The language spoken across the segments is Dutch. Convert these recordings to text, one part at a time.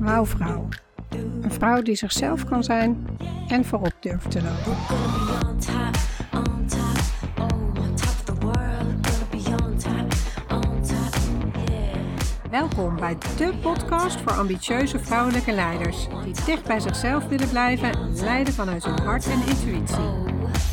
Wauwvrouw. Een vrouw die zichzelf kan zijn en voorop durft te lopen. Welkom bij de podcast voor ambitieuze vrouwelijke leiders die dicht bij zichzelf willen blijven en leiden vanuit hun hart en intuïtie.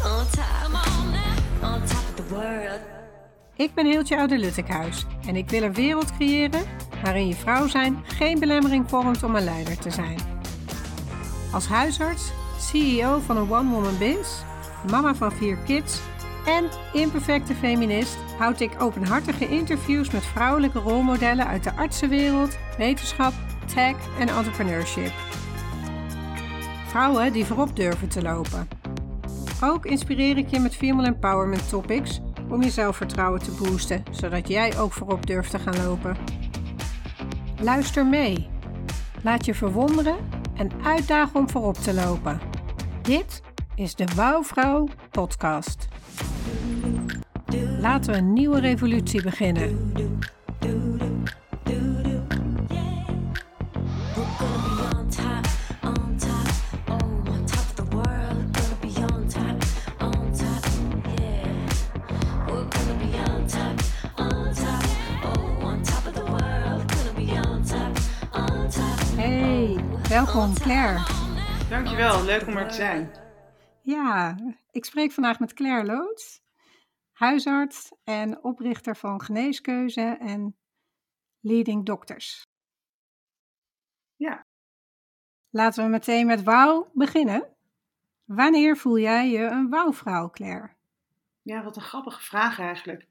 Ik ben Hiltje Oude-Luttekhuis en ik wil een wereld creëren waarin je vrouw zijn geen belemmering vormt om een leider te zijn. Als huisarts, CEO van een one-woman biz, mama van 4 kids en imperfecte feminist houd ik openhartige interviews met vrouwelijke rolmodellen uit de artsenwereld, wetenschap, tech en entrepreneurship. Vrouwen die voorop durven te lopen. Ook inspireer ik je met female empowerment topics om je zelfvertrouwen te boosten, zodat jij ook voorop durft te gaan lopen. Luister mee. Laat je verwonderen en uitdagen om voorop te lopen. Dit is de Wauwvrouw podcast. Laten we een nieuwe revolutie beginnen. Hey, welkom Claire. Dankjewel, leuk om er te zijn. Ja, ik spreek vandaag met Claire Loots, huisarts en oprichter van Geneeskeuze en Leading Doctors. Ja. Laten we meteen met wauw beginnen. Wanneer voel jij je een wauwvrouw, Claire? Ja, wat een grappige vraag eigenlijk.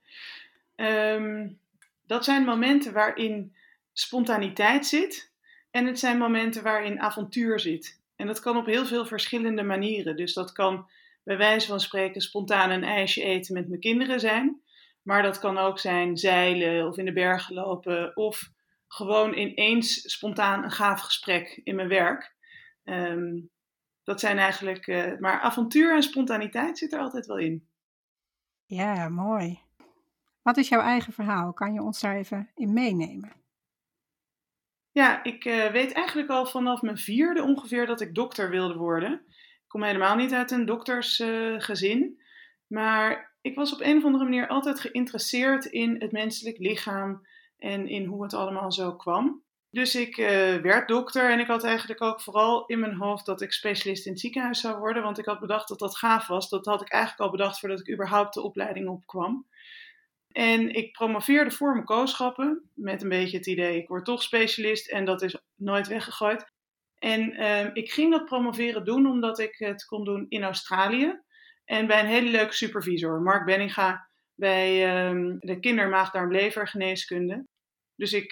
Dat zijn momenten waarin spontaniteit zit en het zijn momenten waarin avontuur zit. En dat kan op heel veel verschillende manieren. Dus dat kan bij wijze van spreken spontaan een ijsje eten met mijn kinderen zijn. Maar dat kan ook zijn zeilen of in de bergen lopen of gewoon ineens spontaan een gaaf gesprek in mijn werk. Dat zijn eigenlijk, maar avontuur en spontaniteit zit er altijd wel in. Ja, mooi. Wat is jouw eigen verhaal? Kan je ons daar even in meenemen? Ja, ik weet eigenlijk al vanaf mijn 4e ongeveer dat ik dokter wilde worden. Ik kom helemaal niet uit een doktersgezin. Maar ik was op een of andere manier altijd geïnteresseerd in het menselijk lichaam en in hoe het allemaal zo kwam. Dus ik werd dokter en ik had eigenlijk ook vooral in mijn hoofd dat ik specialist in het ziekenhuis zou worden. Want ik had bedacht dat dat gaaf was. Dat had ik eigenlijk al bedacht voordat ik überhaupt de opleiding opkwam. En ik promoveerde voor mijn kooschappen met een beetje het idee, ik word toch specialist en dat is nooit weggegooid. En ik ging dat promoveren doen omdat ik het kon doen in Australië. En bij een hele leuke supervisor, Mark Benninga, bij de kindermaag-darm-levergeneeskunde. Dus ik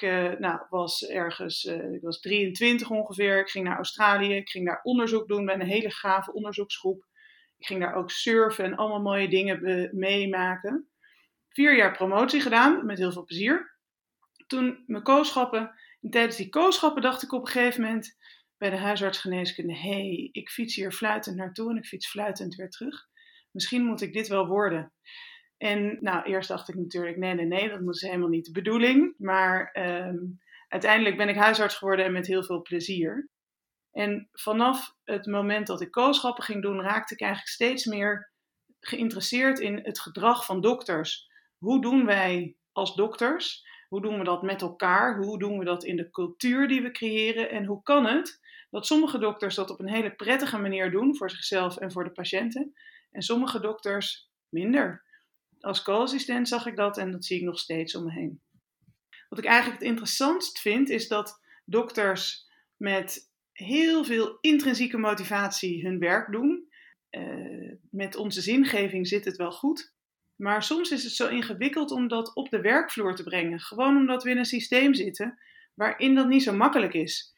was 23 ongeveer, ik ging naar Australië, ik ging daar onderzoek doen bij een hele gave onderzoeksgroep. Ik ging daar ook surfen en allemaal mooie dingen meemaken. 4 jaar promotie gedaan, met heel veel plezier. Toen mijn kooschappen, en tijdens die kooschappen dacht ik op een gegeven moment bij de huisartsgeneeskunde, ik fiets hier fluitend naartoe en ik fiets fluitend weer terug. Misschien moet ik dit wel worden. En eerst dacht ik natuurlijk, nee, dat is helemaal niet de bedoeling. Maar uiteindelijk ben ik huisarts geworden en met heel veel plezier. En vanaf het moment dat ik kooschappen ging doen, raakte ik eigenlijk steeds meer geïnteresseerd in het gedrag van dokters. Hoe doen wij als dokters? Hoe doen we dat met elkaar? Hoe doen we dat in de cultuur die we creëren? En hoe kan het dat sommige dokters dat op een hele prettige manier doen voor zichzelf en voor de patiënten en sommige dokters minder? Als co-assistent zag ik dat en dat zie ik nog steeds om me heen. Wat ik eigenlijk het interessantst vind is dat dokters met heel veel intrinsieke motivatie hun werk doen. Met onze zingeving zit het wel goed. Maar soms is het zo ingewikkeld om dat op de werkvloer te brengen. Gewoon omdat we in een systeem zitten waarin dat niet zo makkelijk is.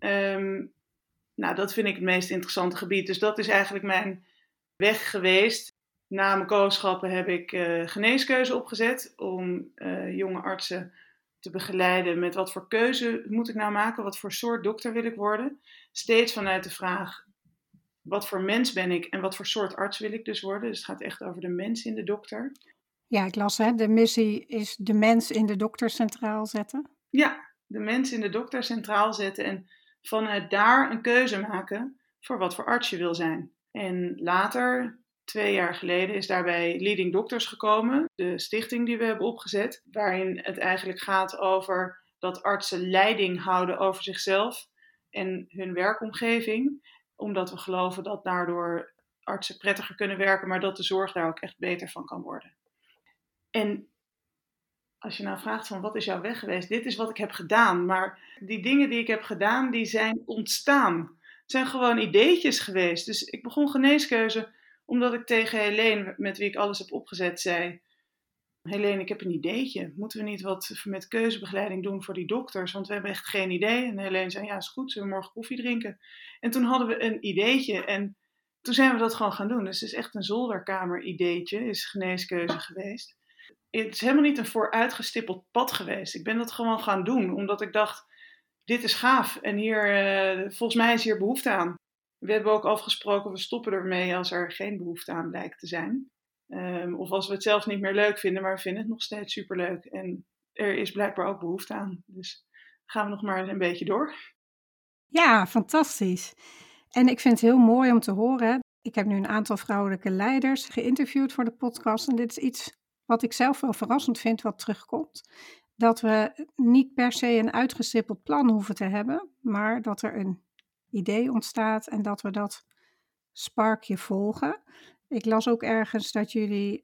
Dat vind ik het meest interessante gebied. Dus dat is eigenlijk mijn weg geweest. Na mijn kooschappen heb ik geneeskeuze opgezet om jonge artsen te begeleiden met wat voor keuze moet ik nou maken, wat voor soort dokter wil ik worden. Steeds vanuit de vraag, wat voor mens ben ik en wat voor soort arts wil ik dus worden. Dus het gaat echt over de mens in de dokter. Ja, ik las, de missie is de mens in de dokter centraal zetten. Ja, de mens in de dokter centraal zetten en vanuit daar een keuze maken voor wat voor arts je wil zijn. En later, 2 jaar geleden, is daarbij Leading Doctors gekomen, de stichting die we hebben opgezet, waarin het eigenlijk gaat over dat artsen leiding houden over zichzelf en hun werkomgeving, omdat we geloven dat daardoor artsen prettiger kunnen werken, maar dat de zorg daar ook echt beter van kan worden. En als je nou vraagt van wat is jouw weg geweest, dit is wat ik heb gedaan. Maar die dingen die ik heb gedaan, die zijn ontstaan. Het zijn gewoon ideetjes geweest. Dus ik begon geneeskeuze omdat ik tegen Helene, met wie ik alles heb opgezet, zei: Helene, ik heb een ideetje. Moeten we niet wat met keuzebegeleiding doen voor die dokters? Want we hebben echt geen idee. En Helene zei: ja, is goed, zullen we morgen koffie drinken? En toen hadden we een ideetje en toen zijn we dat gewoon gaan doen. Dus het is echt een zolderkamer ideetje, is geneeskeuze geweest. Het is helemaal niet een vooruitgestippeld pad geweest. Ik ben dat gewoon gaan doen, omdat ik dacht, dit is gaaf. En hier, volgens mij is hier behoefte aan. We hebben ook afgesproken, we stoppen ermee als er geen behoefte aan blijkt te zijn. Of als we het zelf niet meer leuk vinden, maar we vinden het nog steeds superleuk. En er is blijkbaar ook behoefte aan. Dus gaan we nog maar een beetje door. Ja, fantastisch. En ik vind het heel mooi om te horen. Ik heb nu een aantal vrouwelijke leiders geïnterviewd voor de podcast. En dit is iets wat ik zelf wel verrassend vind wat terugkomt. Dat we niet per se een uitgestippeld plan hoeven te hebben, maar dat er een idee ontstaat en dat we dat sparkje volgen. Ik las ook ergens dat jullie,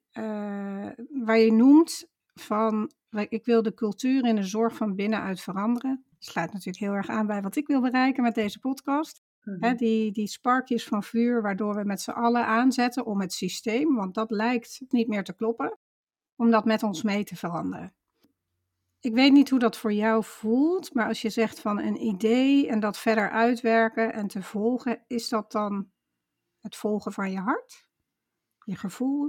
waar je noemt van, ik wil de cultuur in de zorg van binnenuit veranderen. Sluit natuurlijk heel erg aan bij wat ik wil bereiken met deze podcast. Hè, die sparkjes van vuur, waardoor we met z'n allen aanzetten om het systeem, want dat lijkt niet meer te kloppen, om dat met ons mee te veranderen. Ik weet niet hoe dat voor jou voelt, maar als je zegt van een idee en dat verder uitwerken en te volgen, is dat dan het volgen van je hart? Je gevoel?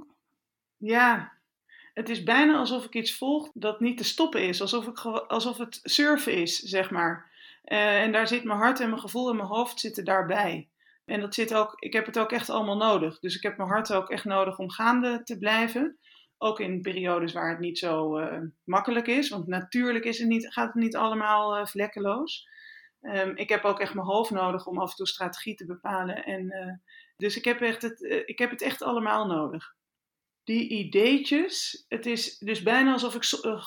Ja, het is bijna alsof ik iets volg dat niet te stoppen is. Alsof het surfen is, zeg maar. En daar zit mijn hart en mijn gevoel en mijn hoofd zitten daarbij. En dat zit ook, ik heb het ook echt allemaal nodig. Dus ik heb mijn hart ook echt nodig om gaande te blijven. Ook in periodes waar het niet zo makkelijk is. Want natuurlijk gaat het niet allemaal vlekkeloos. Ik heb ook echt mijn hoofd nodig om af en toe strategie te bepalen. Dus ik heb het echt allemaal nodig. Die ideetjes, het is dus bijna alsof ik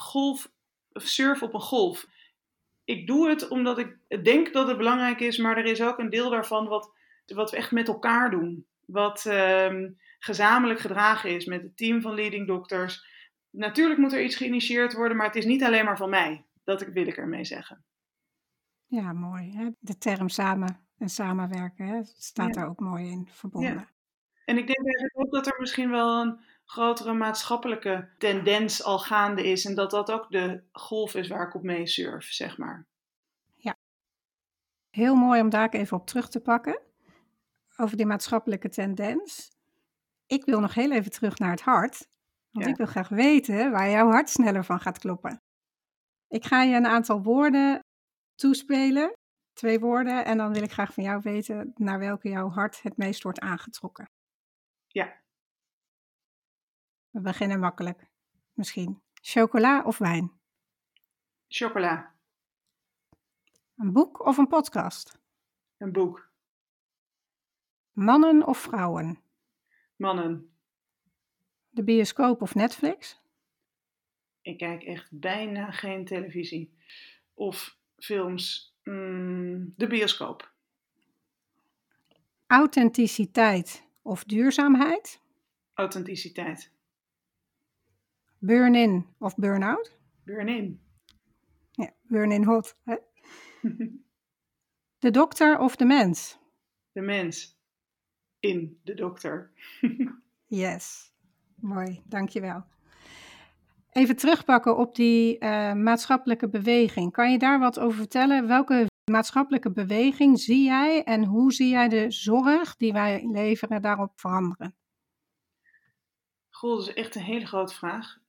surf op een golf. Ik doe het omdat ik denk dat het belangrijk is, maar er is ook een deel daarvan wat we echt met elkaar doen. Wat gezamenlijk gedragen is met het team van Leading Doctors. Natuurlijk moet er iets geïnitieerd worden, maar het is niet alleen maar van mij. Dat wil ik ermee zeggen. Ja, mooi. Hè? De term samen en samenwerken, hè? Staat daar ook mooi in verbonden. Ja. En ik denk eigenlijk ook dat er misschien wel een grotere maatschappelijke tendens al gaande is. En dat dat ook de golf is waar ik op mee surf, zeg maar. Ja. Heel mooi om daar ook even op terug te pakken. Over die maatschappelijke tendens. Ik wil nog heel even terug naar het hart. Want ik wil graag weten waar jouw hart sneller van gaat kloppen. Ik ga je een aantal woorden toespelen. 2 woorden. En dan wil ik graag van jou weten naar welke jouw hart het meest wordt aangetrokken. Ja. We beginnen makkelijk. Misschien. Chocola of wijn? Chocola. Een boek of een podcast? Een boek. Mannen of vrouwen? Mannen. De bioscoop of Netflix? Ik kijk echt bijna geen televisie. Of films. De bioscoop. Authenticiteit of duurzaamheid? Authenticiteit. Burn-in of burn-out? Burn-in. Ja, burn-in hot. Hè? De dokter of de mens? De mens. In de dokter. Yes. Mooi, dankjewel. Even terugpakken op die maatschappelijke beweging. Kan je daar wat over vertellen? Welke maatschappelijke beweging zie jij en hoe zie jij de zorg die wij leveren daarop veranderen? Goh, dat is echt een hele grote vraag.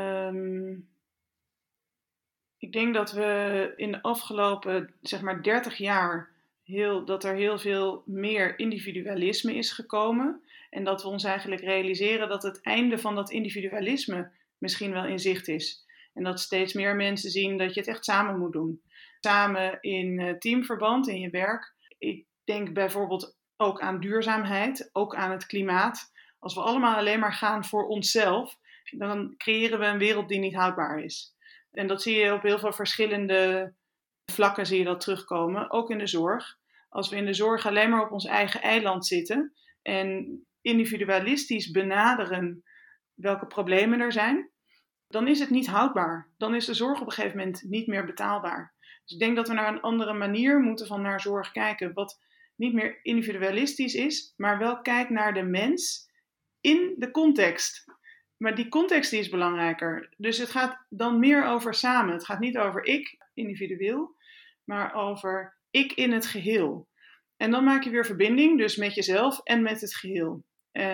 Ik denk dat we in de afgelopen, 30 jaar dat er heel veel meer individualisme is gekomen. En dat we ons eigenlijk realiseren dat het einde van dat individualisme misschien wel in zicht is. En dat steeds meer mensen zien dat je het echt samen moet doen. Samen in teamverband, in je werk. Ik denk bijvoorbeeld ook aan duurzaamheid, ook aan het klimaat. Als we allemaal alleen maar gaan voor onszelf, dan creëren we een wereld die niet houdbaar is. En dat zie je op heel veel verschillende vlakken zie je dat terugkomen, ook in de zorg. Als we in de zorg alleen maar op ons eigen eiland zitten en individualistisch benaderen welke problemen er zijn, dan is het niet houdbaar. Dan is de zorg op een gegeven moment niet meer betaalbaar. Dus ik denk dat we naar een andere manier moeten van naar zorg kijken, wat niet meer individualistisch is, maar wel kijkt naar de mens in de context. Maar die context die is belangrijker. Dus het gaat dan meer over samen. Het gaat niet over ik individueel, maar over ik in het geheel. En dan maak je weer verbinding, dus met jezelf en met het geheel.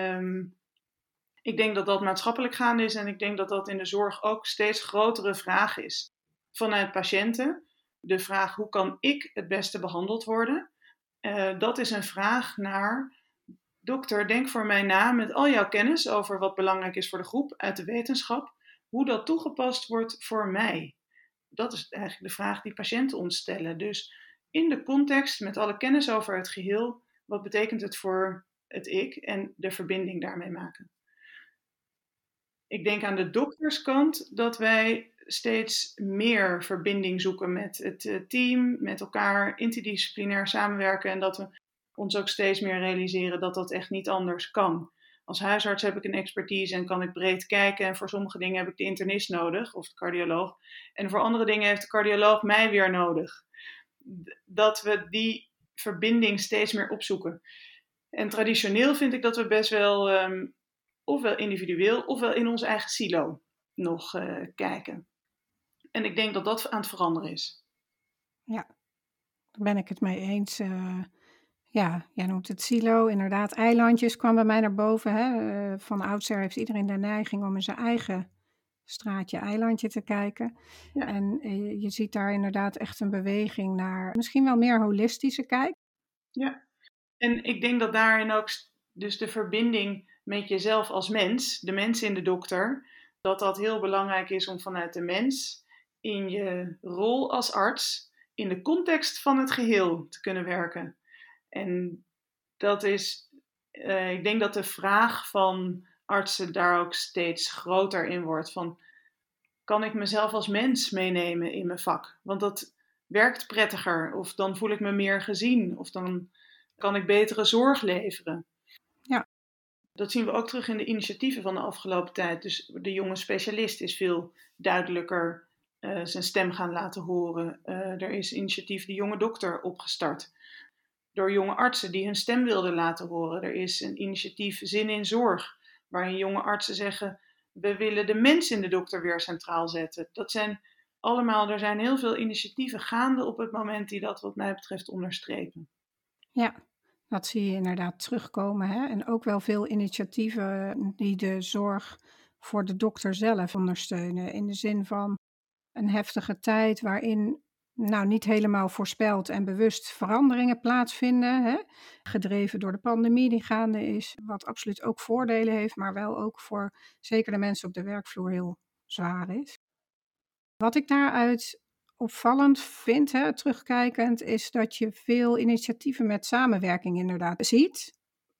Ik denk dat dat maatschappelijk gaande is en ik denk dat dat in de zorg ook steeds grotere vraag is. Vanuit patiënten, de vraag hoe kan ik het beste behandeld worden? Dat is een vraag naar, dokter, denk voor mij na met al jouw kennis over wat belangrijk is voor de groep uit de wetenschap, hoe dat toegepast wordt voor mij. Dat is eigenlijk de vraag die patiënten ons stellen. Dus in de context, met alle kennis over het geheel, wat betekent het voor het ik en de verbinding daarmee maken. Ik denk aan de dokterskant dat wij steeds meer verbinding zoeken met het team, met elkaar, interdisciplinair samenwerken en dat we ons ook steeds meer realiseren dat dat echt niet anders kan. Als huisarts heb ik een expertise en kan ik breed kijken en voor sommige dingen heb ik de internist nodig of de cardioloog en voor andere dingen heeft de cardioloog mij weer nodig. Dat we die verbinding steeds meer opzoeken. En traditioneel vind ik dat we best wel ofwel individueel ofwel in ons eigen silo nog kijken. En ik denk dat dat aan het veranderen is. Ja, daar ben ik het mee eens. Ja, jij noemt het silo. Inderdaad, eilandjes kwam bij mij naar boven. Hè? Van oudsher heeft iedereen de neiging om in zijn eigen straatje, eilandje te kijken. Ja. En je ziet daar inderdaad echt een beweging naar misschien wel meer holistische kijk. Ja, en ik denk dat daarin ook dus de verbinding met jezelf als mens, de mens in de dokter, dat heel belangrijk is om vanuit de mens in je rol als arts in de context van het geheel te kunnen werken. En dat is, ik denk dat de vraag van artsen daar ook steeds groter in wordt. Van, kan ik mezelf als mens meenemen in mijn vak? Want dat werkt prettiger. Of dan voel ik me meer gezien. Of dan kan ik betere zorg leveren. Ja. Dat zien we ook terug in de initiatieven van de afgelopen tijd. Dus de jonge specialist is veel duidelijker zijn stem gaan laten horen. Er is initiatief de jonge dokter opgestart. Door jonge artsen die hun stem wilden laten horen. Er is een initiatief Zin in Zorg. Waarin jonge artsen zeggen, we willen de mens in de dokter weer centraal zetten. Dat zijn allemaal, er zijn heel veel initiatieven gaande op het moment die dat wat mij betreft onderstrepen. Ja, dat zie je inderdaad terugkomen. Hè? En ook wel veel initiatieven die de zorg voor de dokter zelf ondersteunen. In de zin van een heftige tijd waarin niet helemaal voorspeld en bewust veranderingen plaatsvinden. Hè? Gedreven door de pandemie die gaande is. Wat absoluut ook voordelen heeft, maar wel ook voor zeker de mensen op de werkvloer heel zwaar is. Wat ik daaruit opvallend vind, terugkijkend, is dat je veel initiatieven met samenwerking inderdaad ziet.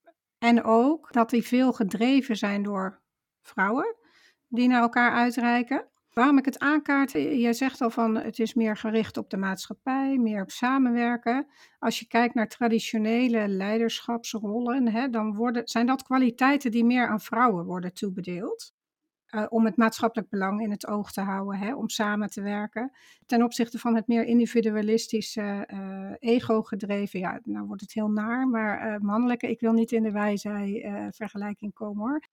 En ook dat die veel gedreven zijn door vrouwen die naar elkaar uitreiken. Waarom ik het aankaart, je zegt al van het is meer gericht op de maatschappij, meer op samenwerken. Als je kijkt naar traditionele leiderschapsrollen, dan zijn dat kwaliteiten die meer aan vrouwen worden toebedeeld. Om het maatschappelijk belang in het oog te houden, om samen te werken. Ten opzichte van het meer individualistische, ego-gedreven, ja, nou wordt het heel naar, maar mannelijke, ik wil niet in de wij-zij vergelijking komen hoor.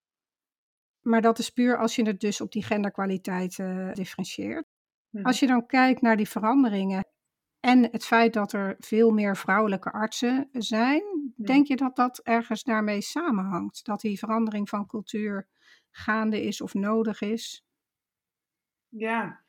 Maar dat is puur als je het dus op die genderkwaliteit differentieert. Als je dan kijkt naar die veranderingen en het feit dat er veel meer vrouwelijke artsen zijn, denk je dat dat ergens daarmee samenhangt? Dat die verandering van cultuur gaande is of nodig is? Ja,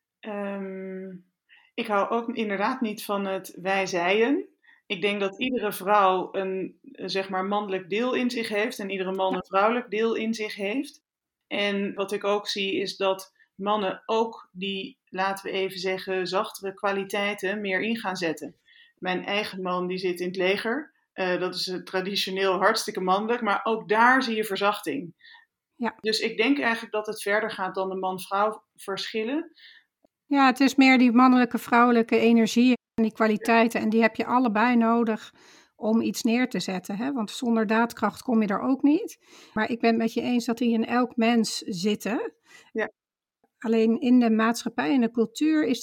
ik hou ook inderdaad niet van het wij-zijen. Ik denk dat iedere vrouw een zeg maar mannelijk deel in zich heeft en iedere man een vrouwelijk deel in zich heeft. En wat ik ook zie is dat mannen ook die, laten we even zeggen, zachtere kwaliteiten meer in gaan zetten. Mijn eigen man die zit in het leger. Dat is traditioneel hartstikke mannelijk, maar ook daar zie je verzachting. Ja. Dus ik denk eigenlijk dat het verder gaat dan de man-vrouw verschillen. Ja, het is meer die mannelijke, vrouwelijke energie en die kwaliteiten. En die heb je allebei nodig om iets neer te zetten. Hè? Want zonder daadkracht kom je er ook niet. Maar ik ben het met je eens dat die in elk mens zitten. Ja. Alleen in de maatschappij en de cultuur is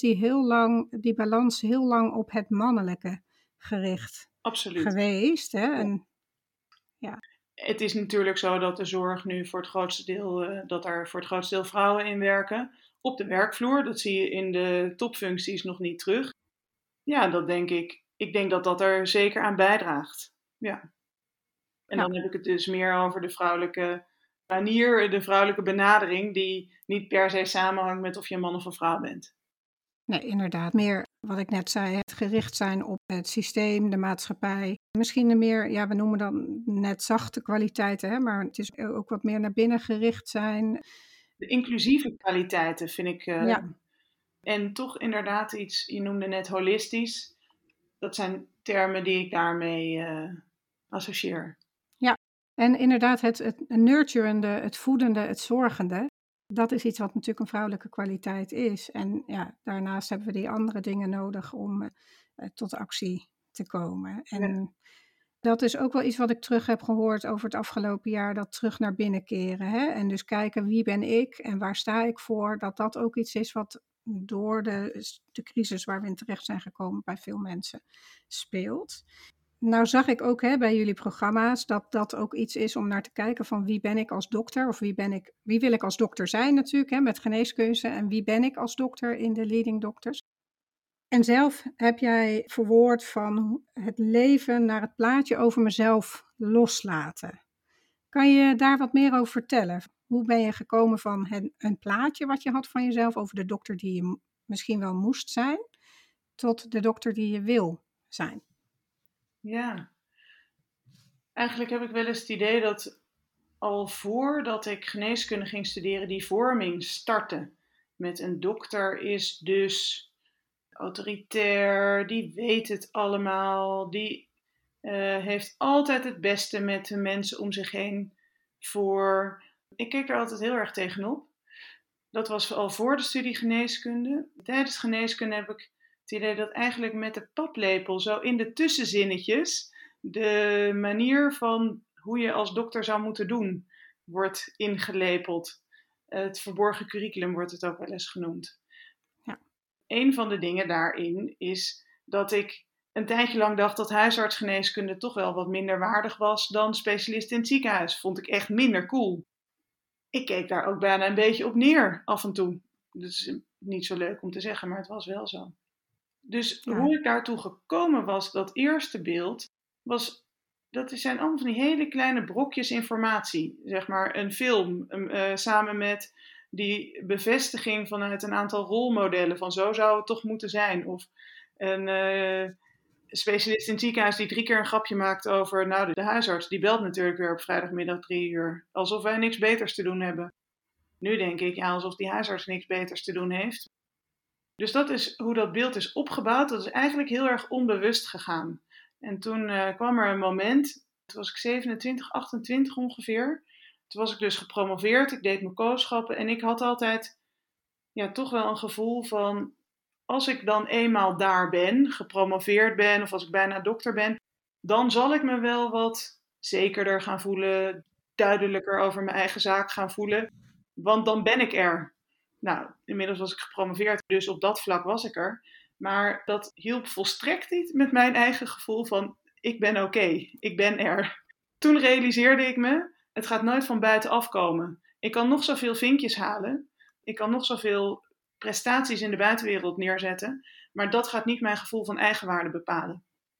die balans heel lang op het mannelijke gericht geweest. Hè? Ja. En, ja. Het is natuurlijk zo dat de zorg nu voor het grootste deel, dat er voor het grootste deel vrouwen in werken. Op de werkvloer, dat zie je in de topfuncties nog niet terug. Ja, dat denk ik. Ik denk dat dat er zeker aan bijdraagt. Ja. En dan heb ik het dus meer over de vrouwelijke manier, de vrouwelijke benadering, die niet per se samenhangt met of je een man of een vrouw bent. Nee, inderdaad. Meer wat ik net zei, het gericht zijn op het systeem, de maatschappij. Misschien de meer, ja, we noemen dan net zachte kwaliteiten, hè, maar het is ook wat meer naar binnen gericht zijn. De inclusieve kwaliteiten vind ik. Ja. En toch inderdaad iets, je noemde net holistisch. Dat zijn termen die ik daarmee associeer. Ja, en inderdaad het nurturende, het voedende, het zorgende. Dat is iets wat natuurlijk een vrouwelijke kwaliteit is. En ja, daarnaast hebben we die andere dingen nodig om tot actie te komen. En dat is ook wel iets wat ik terug heb gehoord over het afgelopen jaar. Dat terug naar binnen keren. Hè? En dus kijken wie ben ik en waar sta ik voor. Dat ook iets is wat door de crisis waar we in terecht zijn gekomen bij veel mensen speelt. Nou zag ik ook bij jullie programma's dat ook iets is om naar te kijken van wie ben ik als dokter of wie wil ik als dokter zijn natuurlijk met geneeskunde en wie ben ik als dokter in de leading doctors. En zelf heb jij verwoord van het leven naar het plaatje over mezelf loslaten. Kan je daar wat meer over vertellen? Hoe ben je gekomen van een plaatje wat je had van jezelf over de dokter die je misschien wel moest zijn, tot de dokter die je wil zijn? Ja, eigenlijk heb ik wel eens het idee dat al voordat ik geneeskunde ging studeren, die vorming startte. Met een dokter is dus autoritair, die weet het allemaal, die heeft altijd het beste met de mensen om zich heen voor. Ik keek er altijd heel erg tegenop. Dat was al voor de studie geneeskunde. Tijdens geneeskunde heb ik het idee dat eigenlijk met de paplepel, zo in de tussenzinnetjes, de manier van hoe je als dokter zou moeten doen, wordt ingelepeld. Het verborgen curriculum wordt het ook wel eens genoemd. Ja. Een van de dingen daarin is dat ik een tijdje lang dacht dat huisartsgeneeskunde toch wel wat minder waardig was dan specialist in het ziekenhuis. Vond ik echt minder cool. Ik keek daar ook bijna een beetje op neer af en toe. Dat is niet zo leuk om te zeggen, maar het was wel zo. Dus hoe ik daartoe gekomen was, dat eerste beeld, dat zijn allemaal van die hele kleine brokjes informatie. Zeg maar een film, samen met die bevestiging vanuit een aantal rolmodellen van zo zou het toch moeten zijn. Of een specialist in het ziekenhuis die 3 keer een grapje maakt over, nou de huisarts, die belt natuurlijk weer op vrijdagmiddag 3 uur. Alsof wij niks beters te doen hebben. Nu denk ik, ja, alsof die huisarts niks beters te doen heeft. Dus dat is hoe dat beeld is opgebouwd. Dat is eigenlijk heel erg onbewust gegaan. En toen kwam er een moment, toen was ik 27, 28 ongeveer. Toen was ik dus gepromoveerd, ik deed mijn kooschappen en ik had altijd toch wel een gevoel van, als ik dan eenmaal daar ben, gepromoveerd ben of als ik bijna dokter ben, dan zal ik me wel wat zekerder gaan voelen, duidelijker over mijn eigen zaak gaan voelen, want dan ben ik er. Nou, inmiddels was ik gepromoveerd, dus op dat vlak was ik er. Maar dat hielp volstrekt niet met mijn eigen gevoel van, ik ben oké, ik ben er. Toen realiseerde ik me, het gaat nooit van buitenaf komen. Ik kan nog zoveel vinkjes halen, ik kan nog zoveel prestaties in de buitenwereld neerzetten, maar dat gaat niet mijn gevoel van eigenwaarde bepalen.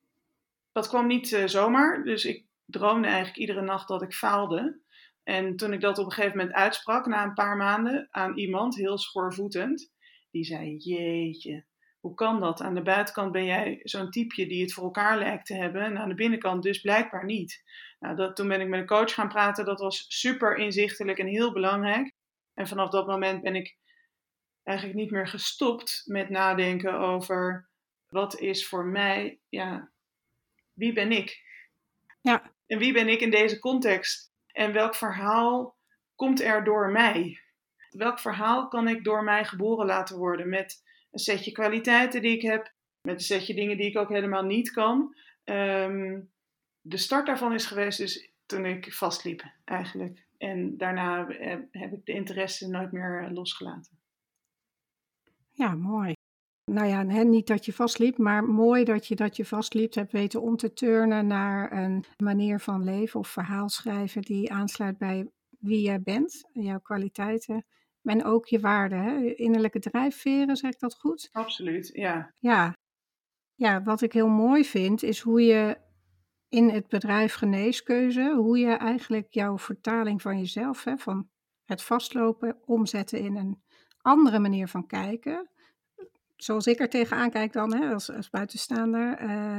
Dat kwam niet zomaar, dus ik droomde eigenlijk iedere nacht dat ik faalde. En toen ik dat op een gegeven moment uitsprak, na een paar maanden, aan iemand, heel schoorvoetend, die zei, jeetje, hoe kan dat? Aan de buitenkant ben jij zo'n typeje die het voor elkaar lijkt te hebben, en aan de binnenkant dus blijkbaar niet. Nou, toen ben ik met een coach gaan praten, dat was super inzichtelijk en heel belangrijk. En vanaf dat moment ben ik eigenlijk niet meer gestopt met nadenken over wat is voor mij, wie ben ik? Ja, En wie ben ik in deze context? En welk verhaal komt er door mij? Welk verhaal kan ik door mij geboren laten worden? Met een setje kwaliteiten die ik heb, met een setje dingen die ik ook helemaal niet kan. De start daarvan is geweest dus toen ik vastliep eigenlijk. En daarna heb ik de interesse nooit meer losgelaten. ja, mooi. Nou ja, niet dat je vastliep, maar mooi dat je vastliep hebt weten om te turnen naar een manier van leven of verhaal schrijven die aansluit bij wie jij bent, jouw kwaliteiten en ook je waarden, hè? Innerlijke drijfveren, zeg ik dat goed? Absoluut, ja. Ja, ja, wat ik heel mooi vind is hoe je in het bedrijf Geneeskeuze, hoe je eigenlijk jouw vertaling van jezelf, hè, van het vastlopen, omzetten in een andere manier van kijken. Zoals ik er tegenaan kijk dan, hè, als buitenstaander,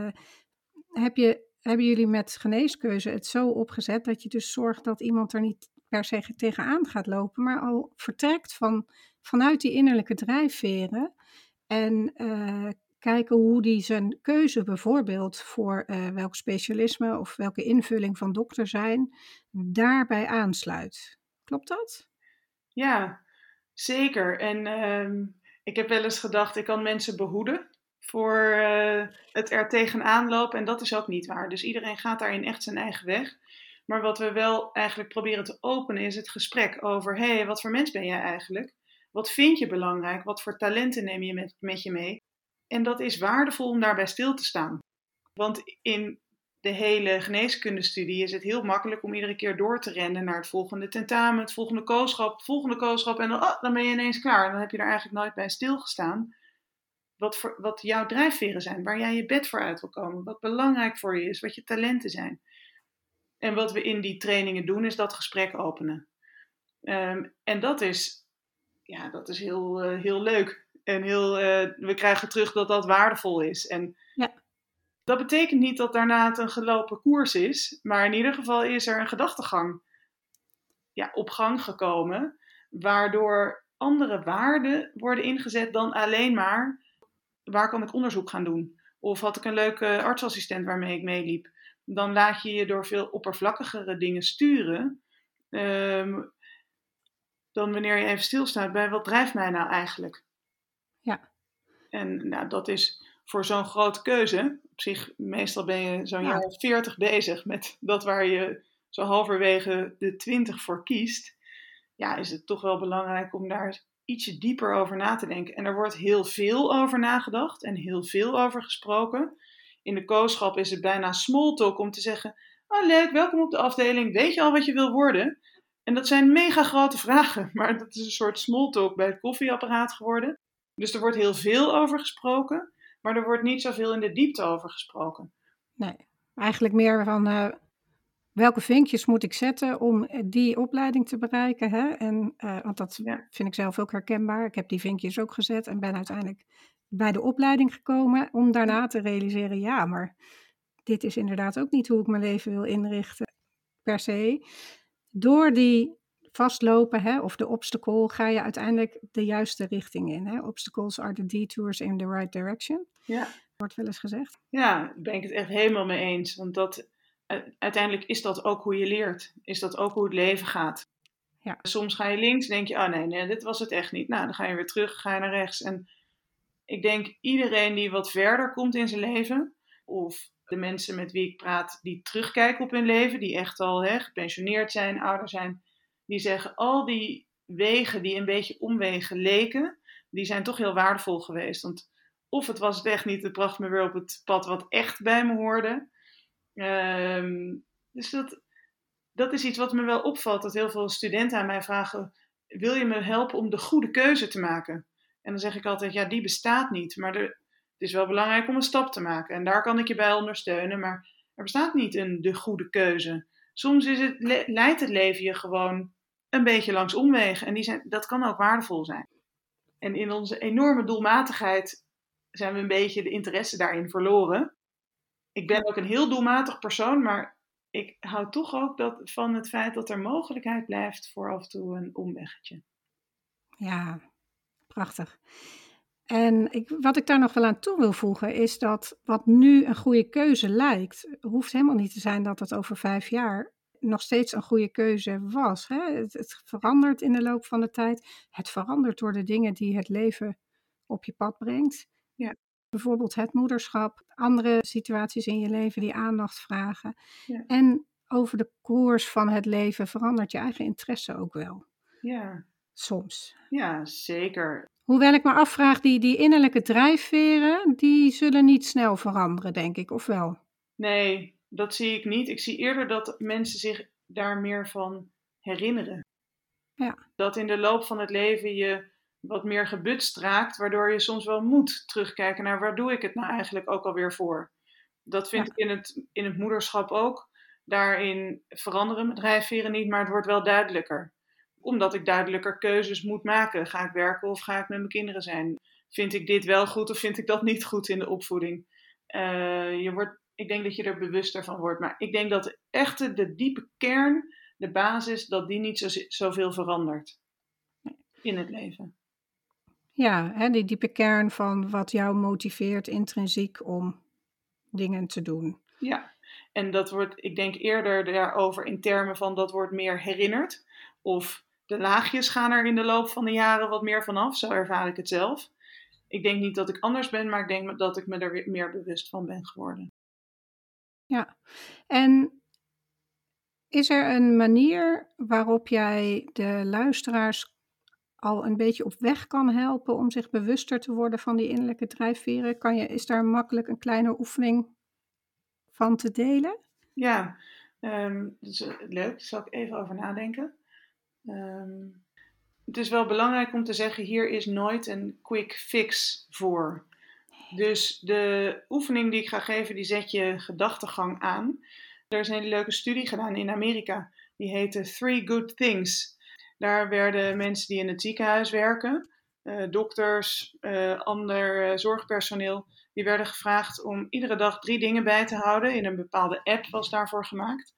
hebben jullie met Geneeskeuze het zo opgezet dat je dus zorgt dat iemand er niet per se tegenaan gaat lopen, maar al vertrekt vanuit die innerlijke drijfveren en kijken hoe die zijn keuze bijvoorbeeld voor welk specialisme of welke invulling van dokter zijn, daarbij aansluit. Klopt dat? Ja, zeker. En ik heb wel eens gedacht, ik kan mensen behoeden voor het er tegenaan lopen. En dat is ook niet waar. Dus iedereen gaat daarin echt zijn eigen weg. Maar wat we wel eigenlijk proberen te openen is het gesprek over, hé, wat voor mens ben jij eigenlijk? Wat vind je belangrijk? Wat voor talenten neem je met je mee? En dat is waardevol om daarbij stil te staan. Want in de hele geneeskundestudie is het heel makkelijk om iedere keer door te rennen naar het volgende tentamen, het volgende kooschap en dan ben je ineens klaar. Dan heb je er eigenlijk nooit bij stilgestaan wat jouw drijfveren zijn, waar jij je bed voor uit wil komen, wat belangrijk voor je is, wat je talenten zijn. En wat we in die trainingen doen, is dat gesprek openen. En dat is heel leuk. En we krijgen terug dat dat waardevol is. En Ja. dat betekent niet dat daarna het een gelopen koers is, maar in ieder geval is er een gedachtegang op gang gekomen, waardoor andere waarden worden ingezet dan alleen maar waar kan ik onderzoek gaan doen? Of had ik een leuke artsassistent waarmee ik meeliep? Dan laat je je door veel oppervlakkigere dingen sturen, dan wanneer je even stilstaat bij wat drijft mij nou eigenlijk? Ja. En nou, dat is voor zo'n grote keuze. Op zich, meestal ben je zo'n Ja. jaar 40 bezig met dat waar je zo halverwege de 20 voor kiest. Ja, is het toch wel belangrijk om daar ietsje dieper over na te denken. En er wordt heel veel over nagedacht en heel veel over gesproken. In de kooschap is het bijna small talk om te zeggen, oh leuk, welkom op de afdeling, weet je al wat je wil worden? En dat zijn mega grote vragen, maar dat is een soort small talk bij het koffieapparaat geworden. Dus er wordt heel veel over gesproken, maar er wordt niet zoveel in de diepte over gesproken. Nee, eigenlijk meer van welke vinkjes moet ik zetten om die opleiding te bereiken. Hè? En, want dat vind ik zelf ook herkenbaar. Ik heb die vinkjes ook gezet en ben uiteindelijk bij de opleiding gekomen om daarna te realiseren, ja, maar dit is inderdaad ook niet hoe ik mijn leven wil inrichten per se. Door die vastlopen, hè, of de obstacle, ga je uiteindelijk de juiste richting in. Hè? Obstacles are the detours in the right direction. Ja. Wordt wel eens gezegd. Ja, daar ben ik het echt helemaal mee eens. Want uiteindelijk is dat ook hoe je leert. Is dat ook hoe het leven gaat. Ja. Soms ga je links, denk je, oh nee, dit was het echt niet. Nou, dan ga je weer terug, ga je naar rechts. En ik denk iedereen die wat verder komt in zijn leven, of de mensen met wie ik praat die terugkijken op hun leven, die echt al gepensioneerd zijn, ouder zijn, die zeggen al die wegen die een beetje omwegen leken, die zijn toch heel waardevol geweest. Want of het was het echt niet, het bracht me weer op het pad wat echt bij me hoorde. Dus dat is iets wat me wel opvalt, dat heel veel studenten aan mij vragen, wil je me helpen om de goede keuze te maken? En dan zeg ik altijd, ja, die bestaat niet, maar het is wel belangrijk om een stap te maken. En daar kan ik je bij ondersteunen, maar er bestaat niet de goede keuze. Soms leidt het leven je gewoon een beetje langs omwegen. En dat kan ook waardevol zijn. En in onze enorme doelmatigheid zijn we een beetje de interesse daarin verloren. Ik ben ook een heel doelmatig persoon, maar ik hou toch ook van het feit dat er mogelijkheid blijft voor af en toe een omweggetje. Ja, Prachtig. En wat ik daar nog wel aan toe wil voegen is dat wat nu een goede keuze lijkt, hoeft helemaal niet te zijn dat het over 5 jaar nog steeds een goede keuze was. Hè? Het verandert in de loop van de tijd. Het verandert door de dingen die het leven op je pad brengt. Ja. Bijvoorbeeld het moederschap, andere situaties in je leven die aandacht vragen. Ja. En over de koers van het leven verandert je eigen interesse ook wel. Ja. Soms. Ja, zeker. Hoewel ik me afvraag, die innerlijke drijfveren, die zullen niet snel veranderen, denk ik, of wel? Nee, dat zie ik niet. Ik zie eerder dat mensen zich daar meer van herinneren. Ja. Dat in de loop van het leven je wat meer gebutst raakt, waardoor je soms wel moet terugkijken naar waar doe ik het nou eigenlijk ook alweer voor. Dat vind ik in het moederschap ook. Daarin veranderen mijn drijfveren niet, maar het wordt wel duidelijker. Omdat ik duidelijker keuzes moet maken. Ga ik werken of ga ik met mijn kinderen zijn? Vind ik dit wel goed of vind ik dat niet goed in de opvoeding? Ik denk dat je er bewuster van wordt. Maar ik denk dat de diepe kern, de basis, dat die niet zoveel verandert in het leven. Ja, hè, die diepe kern van wat jou motiveert intrinsiek om dingen te doen. Ja, en dat wordt, ik denk eerder daarover in termen van dat wordt meer herinnerd. Of de laagjes gaan er in de loop van de jaren wat meer vanaf. Zo ervaar ik het zelf. Ik denk niet dat ik anders ben, maar ik denk dat ik me er weer meer bewust van ben geworden. Ja, en is er een manier waarop jij de luisteraars al een beetje op weg kan helpen om zich bewuster te worden van die innerlijke drijfveren? Is daar makkelijk een kleine oefening van te delen? Ja, dat is leuk. Daar zal ik even over nadenken. Het is wel belangrijk om te zeggen, hier is nooit een quick fix voor. Dus de oefening die ik ga geven, die zet je gedachtegang aan. Er is een hele leuke studie gedaan in Amerika. Die heette Three Good Things. Daar werden mensen die in het ziekenhuis werken, dokters, ander zorgpersoneel, die werden gevraagd om iedere dag 3 dingen bij te houden. In een bepaalde app was daarvoor gemaakt.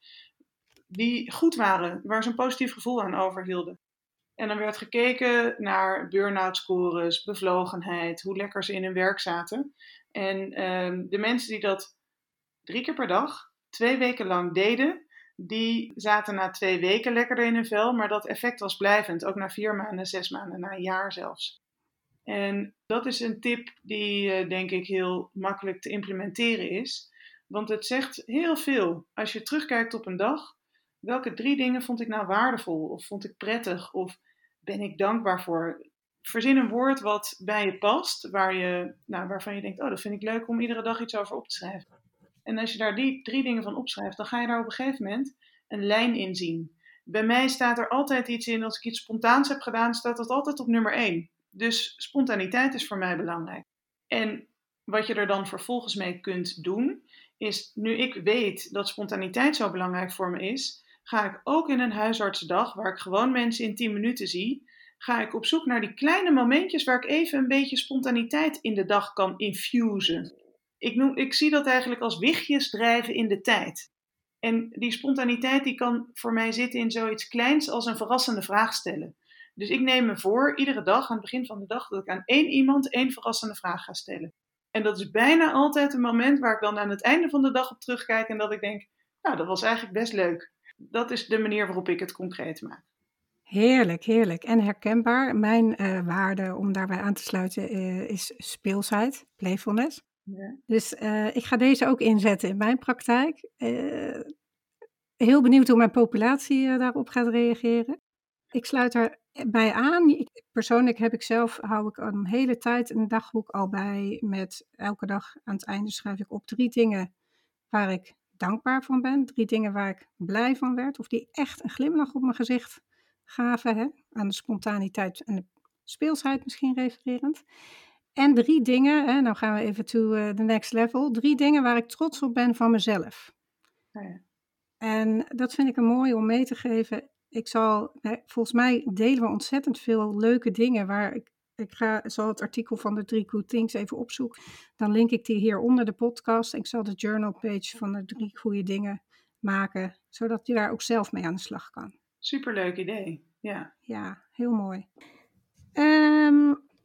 Die goed waren, waar ze een positief gevoel aan overhielden. En dan werd gekeken naar burn-out scores, bevlogenheid, hoe lekker ze in hun werk zaten. En de mensen die dat 3 keer per dag, 2 weken lang deden, die zaten na 2 weken lekkerder in hun vel, maar dat effect was blijvend, ook na 4 maanden, 6 maanden, na een jaar zelfs. En dat is een tip die denk ik heel makkelijk te implementeren is, want het zegt heel veel. Als je terugkijkt op een dag, welke 3 dingen vond ik nou waardevol of vond ik prettig of ben ik dankbaar voor? Verzin een woord wat bij je past, waarvan je denkt, oh, dat vind ik leuk om iedere dag iets over op te schrijven. En als je daar die 3 dingen van opschrijft, dan ga je daar op een gegeven moment een lijn in zien. Bij mij staat er altijd iets in, als ik iets spontaans heb gedaan, staat dat altijd op nummer 1. Dus spontaniteit is voor mij belangrijk. En wat je er dan vervolgens mee kunt doen, is nu ik weet dat spontaniteit zo belangrijk voor me is, ga ik ook in een huisartsendag, waar ik gewoon mensen in 10 minuten zie, ga ik op zoek naar die kleine momentjes waar ik even een beetje spontaniteit in de dag kan infusen. Ik zie dat eigenlijk als wichtjes drijven in de tijd. En die spontaniteit die kan voor mij zitten in zoiets kleins als een verrassende vraag stellen. Dus ik neem me voor, iedere dag aan het begin van de dag, dat ik aan 1 iemand 1 verrassende vraag ga stellen. En dat is bijna altijd een moment waar ik dan aan het einde van de dag op terugkijk en dat ik denk, nou, dat was eigenlijk best leuk. Dat is de manier waarop ik het concreet maak. Heerlijk, heerlijk en herkenbaar. Mijn waarde om daarbij aan te sluiten is speelsheid, playfulness. Ja. Dus ik ga deze ook inzetten in mijn praktijk. Heel benieuwd hoe mijn populatie daarop gaat reageren. Ik sluit daarbij aan. Persoonlijk hou ik een hele tijd een dagboek al bij met elke dag aan het einde schrijf ik op 3 dingen waar ik dankbaar van ben. 3 dingen waar ik blij van werd of die echt een glimlach op mijn gezicht gaven. Hè? Aan de spontaniteit en de speelsheid misschien refererend. En 3 dingen, nou gaan we even to the next level. 3 dingen waar ik trots op ben van mezelf. Ja. En dat vind ik een mooie om mee te geven. Volgens mij delen we ontzettend veel leuke dingen waar ik zal het artikel van de 3 Good Things even opzoeken. Dan link ik die hier onder de podcast. En ik zal de journal page van de 3 goede dingen maken, zodat je daar ook zelf mee aan de slag kan. Superleuk idee, ja. Ja, heel mooi.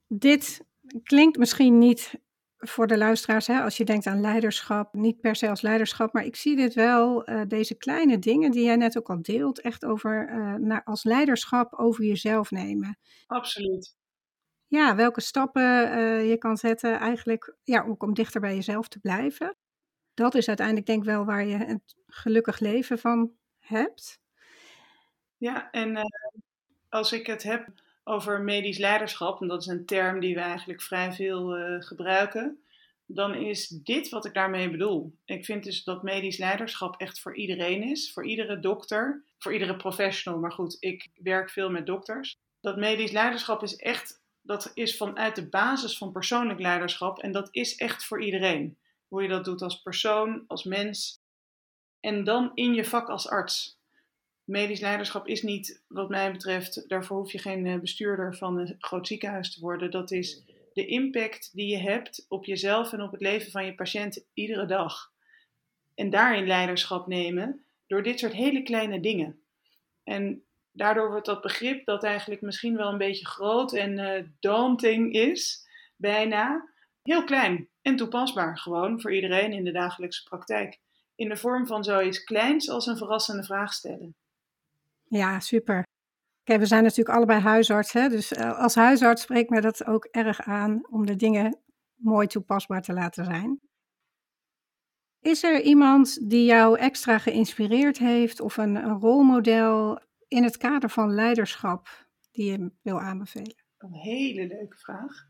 Dit klinkt misschien niet voor de luisteraars, hè, als je denkt aan leiderschap, niet per se als leiderschap, maar ik zie dit wel, deze kleine dingen die jij net ook al deelt, echt over, als leiderschap over jezelf nemen. Absoluut. Ja, welke stappen je kan zetten eigenlijk, ja, ook om dichter bij jezelf te blijven. Dat is uiteindelijk denk ik wel waar je een gelukkig leven van hebt. Ja, en als ik het heb over medisch leiderschap, en dat is een term die we eigenlijk vrij veel gebruiken, dan is dit wat ik daarmee bedoel. Ik vind dus dat medisch leiderschap echt voor iedereen is, voor iedere dokter, voor iedere professional. Maar goed, ik werk veel met dokters. Dat medisch leiderschap is echt, dat is vanuit de basis van persoonlijk leiderschap en dat is echt voor iedereen. Hoe je dat doet als persoon, als mens en dan in je vak als arts. Medisch leiderschap is niet, wat mij betreft, daarvoor hoef je geen bestuurder van een groot ziekenhuis te worden. Dat is de impact die je hebt op jezelf en op het leven van je patiënt iedere dag. En daarin leiderschap nemen door dit soort hele kleine dingen. En daardoor wordt dat begrip, dat eigenlijk misschien wel een beetje groot en daunting is, bijna heel klein en toepasbaar. Gewoon voor iedereen in de dagelijkse praktijk. In de vorm van zoiets kleins als een verrassende vraag stellen. Ja, super. Kijk, we zijn natuurlijk allebei huisarts, hè? Dus als huisarts spreekt me dat ook erg aan om de dingen mooi toepasbaar te laten zijn. Is er iemand die jou extra geïnspireerd heeft of een rolmodel in het kader van leiderschap die je wil aanbevelen? Een hele leuke vraag.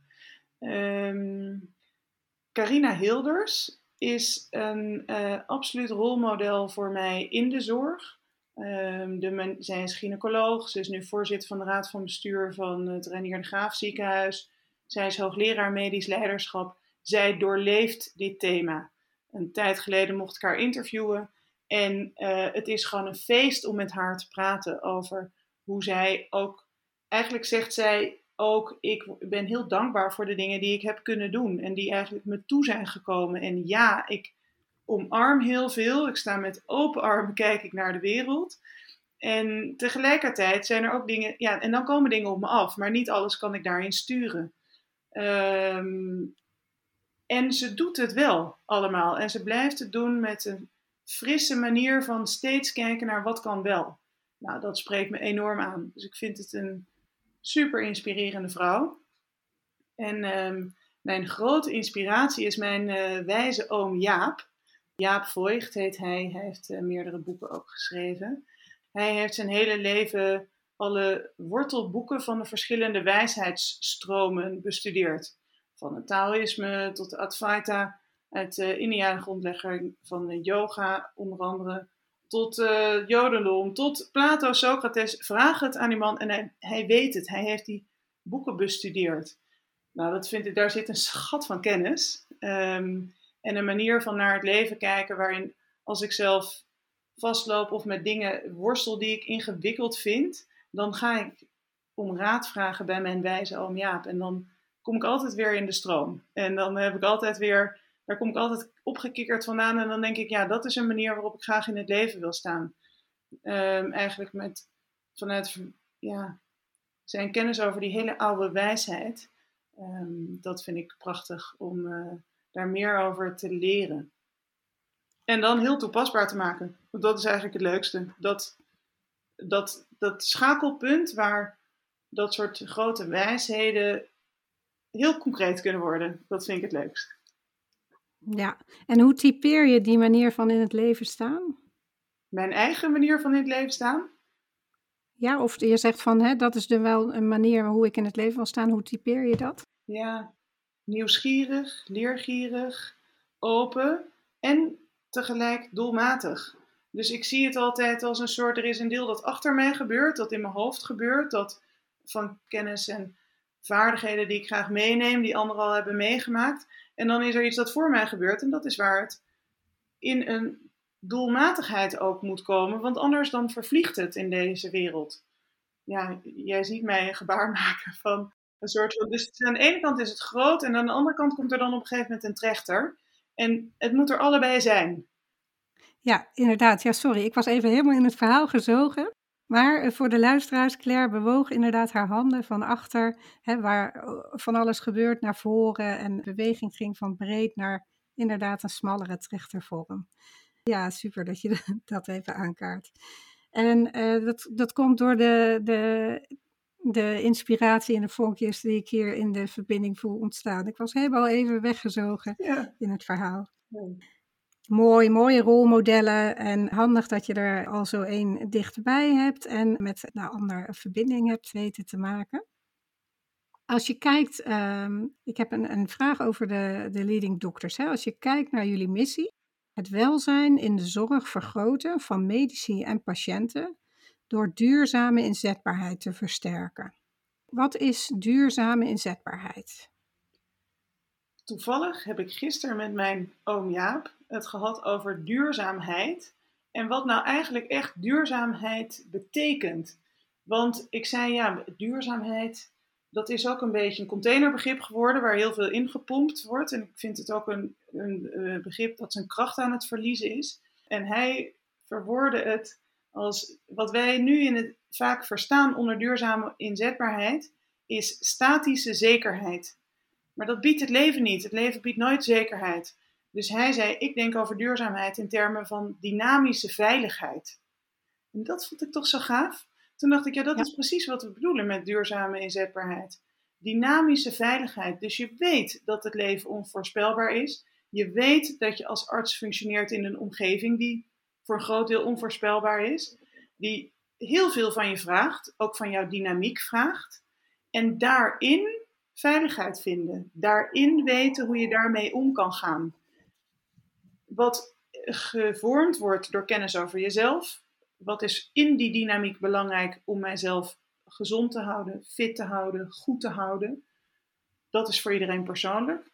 Carina Hilders is een absoluut rolmodel voor mij in de zorg. Zij is gynaecoloog, ze is nu voorzitter van de raad van bestuur van het Reinier de Graaf ziekenhuis. Zij is hoogleraar medisch leiderschap. Zij doorleeft dit thema. Een tijd geleden mocht ik haar interviewen. En het is gewoon een feest om met haar te praten over hoe zij ook... Eigenlijk zegt zij ook, ik ben heel dankbaar voor de dingen die ik heb kunnen doen. En die eigenlijk me toe zijn gekomen. En ja, ik omarm heel veel. Ik sta met open armen, kijk ik naar de wereld. En tegelijkertijd zijn er ook dingen... Ja, en dan komen dingen op me af. Maar niet alles kan ik daarin sturen. En ze doet het wel allemaal. En ze blijft het doen met een frisse manier van steeds kijken naar wat kan wel. Nou, dat spreekt me enorm aan. Dus ik vind het een super inspirerende vrouw. En mijn grote inspiratie is mijn wijze oom Jaap. Jaap Voigt heet hij. Hij heeft meerdere boeken ook geschreven. Hij heeft zijn hele leven alle wortelboeken van de verschillende wijsheidsstromen bestudeerd. Van het Taoïsme tot de Advaita, uit India, de grondlegger van de yoga onder andere, tot Jodendom, tot Plato, Socrates. Vraag het aan die man en hij weet het. Hij heeft die boeken bestudeerd. Nou, dat vind ik, daar zit een schat van kennis. En een manier van naar het leven kijken waarin als ik zelf vastloop of met dingen worstel die ik ingewikkeld vind, dan ga ik om raad vragen bij mijn wijze oom Jaap. En dan kom ik altijd weer in de stroom. En dan heb ik altijd weer, daar kom ik altijd opgekikkerd vandaan. En dan denk ik, ja, dat is een manier waarop ik graag in het leven wil staan. Eigenlijk vanuit zijn kennis over die hele oude wijsheid. Dat vind ik prachtig om daar meer over te leren. En dan heel toepasbaar te maken. Want dat is eigenlijk het leukste. Dat schakelpunt waar dat soort grote wijsheden heel concreet kunnen worden. Dat vind ik het leukst. Ja, en hoe typeer je die manier van in het leven staan? Mijn eigen manier van in het leven staan? Ja, of je zegt van, dat is wel een manier hoe ik in het leven wil staan. Hoe typeer je dat? Ja, nieuwsgierig, leergierig, open en tegelijk doelmatig. Dus ik zie het altijd als een soort, er is een deel dat achter mij gebeurt, dat in mijn hoofd gebeurt, dat van kennis en vaardigheden die ik graag meeneem, die anderen al hebben meegemaakt. En dan is er iets dat voor mij gebeurt en dat is waar het in een doelmatigheid ook moet komen, want anders dan vervliegt het in deze wereld. Ja, jij ziet mij een gebaar maken van een soort van... Dus aan de ene kant is het groot en aan de andere kant komt er dan op een gegeven moment een trechter. En het moet er allebei zijn. Ja, inderdaad. Ja, sorry. Ik was even helemaal in het verhaal gezogen. Maar voor de luisteraars, Claire bewoog inderdaad haar handen van achter, waar van alles gebeurt, naar voren. En de beweging ging van breed naar inderdaad een smallere trechtervorm. Ja, super dat je dat even aankaart. En dat komt door de inspiratie en de vonkjes die ik hier in de verbinding voel ontstaan. Ik was helemaal even weggezogen in het verhaal. Ja. Mooie rolmodellen en handig dat je er al zo één dichterbij hebt en met een ander een verbinding hebt weten te maken. Als je kijkt, ik heb een vraag over de leading doctors. Als je kijkt naar jullie missie, het welzijn in de zorg vergroten van medici en patiënten door duurzame inzetbaarheid te versterken. Wat is duurzame inzetbaarheid? Toevallig heb ik gisteren met mijn oom Jaap het gehad over duurzaamheid en wat nou eigenlijk echt duurzaamheid betekent. Want ik zei, duurzaamheid, dat is ook een beetje een containerbegrip geworden waar heel veel ingepompt wordt. En ik vind het ook een begrip dat zijn kracht aan het verliezen is. En hij verwoordde het als wat wij nu vaak verstaan onder duurzame inzetbaarheid, is statische zekerheid. Maar dat biedt het leven niet. Het leven biedt nooit zekerheid. Dus hij zei, ik denk over duurzaamheid in termen van dynamische veiligheid. En dat vond ik toch zo gaaf. Toen dacht ik, dat is precies wat we bedoelen met duurzame inzetbaarheid. Dynamische veiligheid. Dus je weet dat het leven onvoorspelbaar is. Je weet dat je als arts functioneert in een omgeving die voor een groot deel onvoorspelbaar is. Die heel veel van je vraagt, ook van jouw dynamiek vraagt. En daarin veiligheid vinden. Daarin weten hoe je daarmee om kan gaan. Wat gevormd wordt door kennis over jezelf. Wat is in die dynamiek belangrijk om mijzelf gezond te houden, fit te houden, goed te houden. Dat is voor iedereen persoonlijk.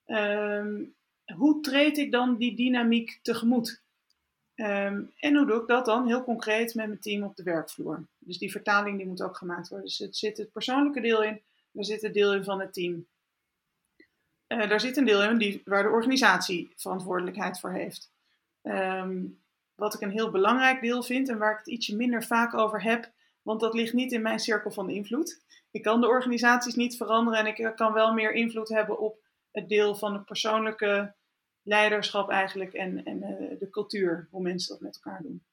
Hoe treed ik dan die dynamiek tegemoet? En hoe doe ik dat dan heel concreet met mijn team op de werkvloer? Dus die vertaling die moet ook gemaakt worden. Dus er zit het persoonlijke deel in. Er zit een deel in van het team. Daar zit een deel in waar de organisatie verantwoordelijkheid voor heeft. Wat ik een heel belangrijk deel vind en waar ik het ietsje minder vaak over heb, want dat ligt niet in mijn cirkel van invloed. Ik kan de organisaties niet veranderen en ik kan wel meer invloed hebben op het deel van het persoonlijke leiderschap eigenlijk en de cultuur, hoe mensen dat met elkaar doen.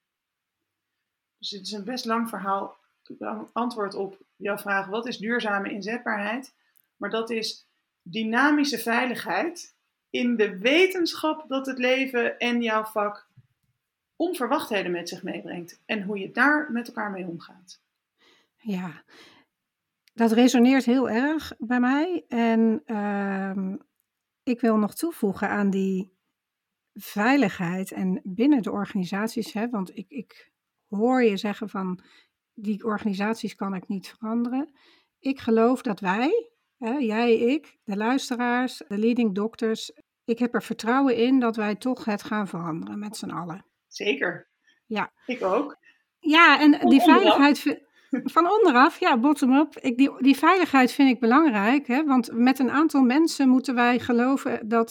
Dus het is een best lang verhaal, antwoord op jouw vraag, wat is duurzame inzetbaarheid? Maar dat is dynamische veiligheid in de wetenschap dat het leven en jouw vak onverwachtheden met zich meebrengt. En hoe je daar met elkaar mee omgaat. Ja, dat resoneert heel erg bij mij. En ik wil nog toevoegen aan die veiligheid en binnen de organisaties. Want ik hoor je zeggen van die organisaties kan ik niet veranderen. Ik geloof dat wij, jij, ik, de luisteraars, de leading doctors, ik heb er vertrouwen in dat wij toch het gaan veranderen met z'n allen. Zeker. Ja. Ik ook. Ja, en die veiligheid van onderaf, ja, bottom-up. Die veiligheid vind ik belangrijk, want met een aantal mensen moeten wij geloven dat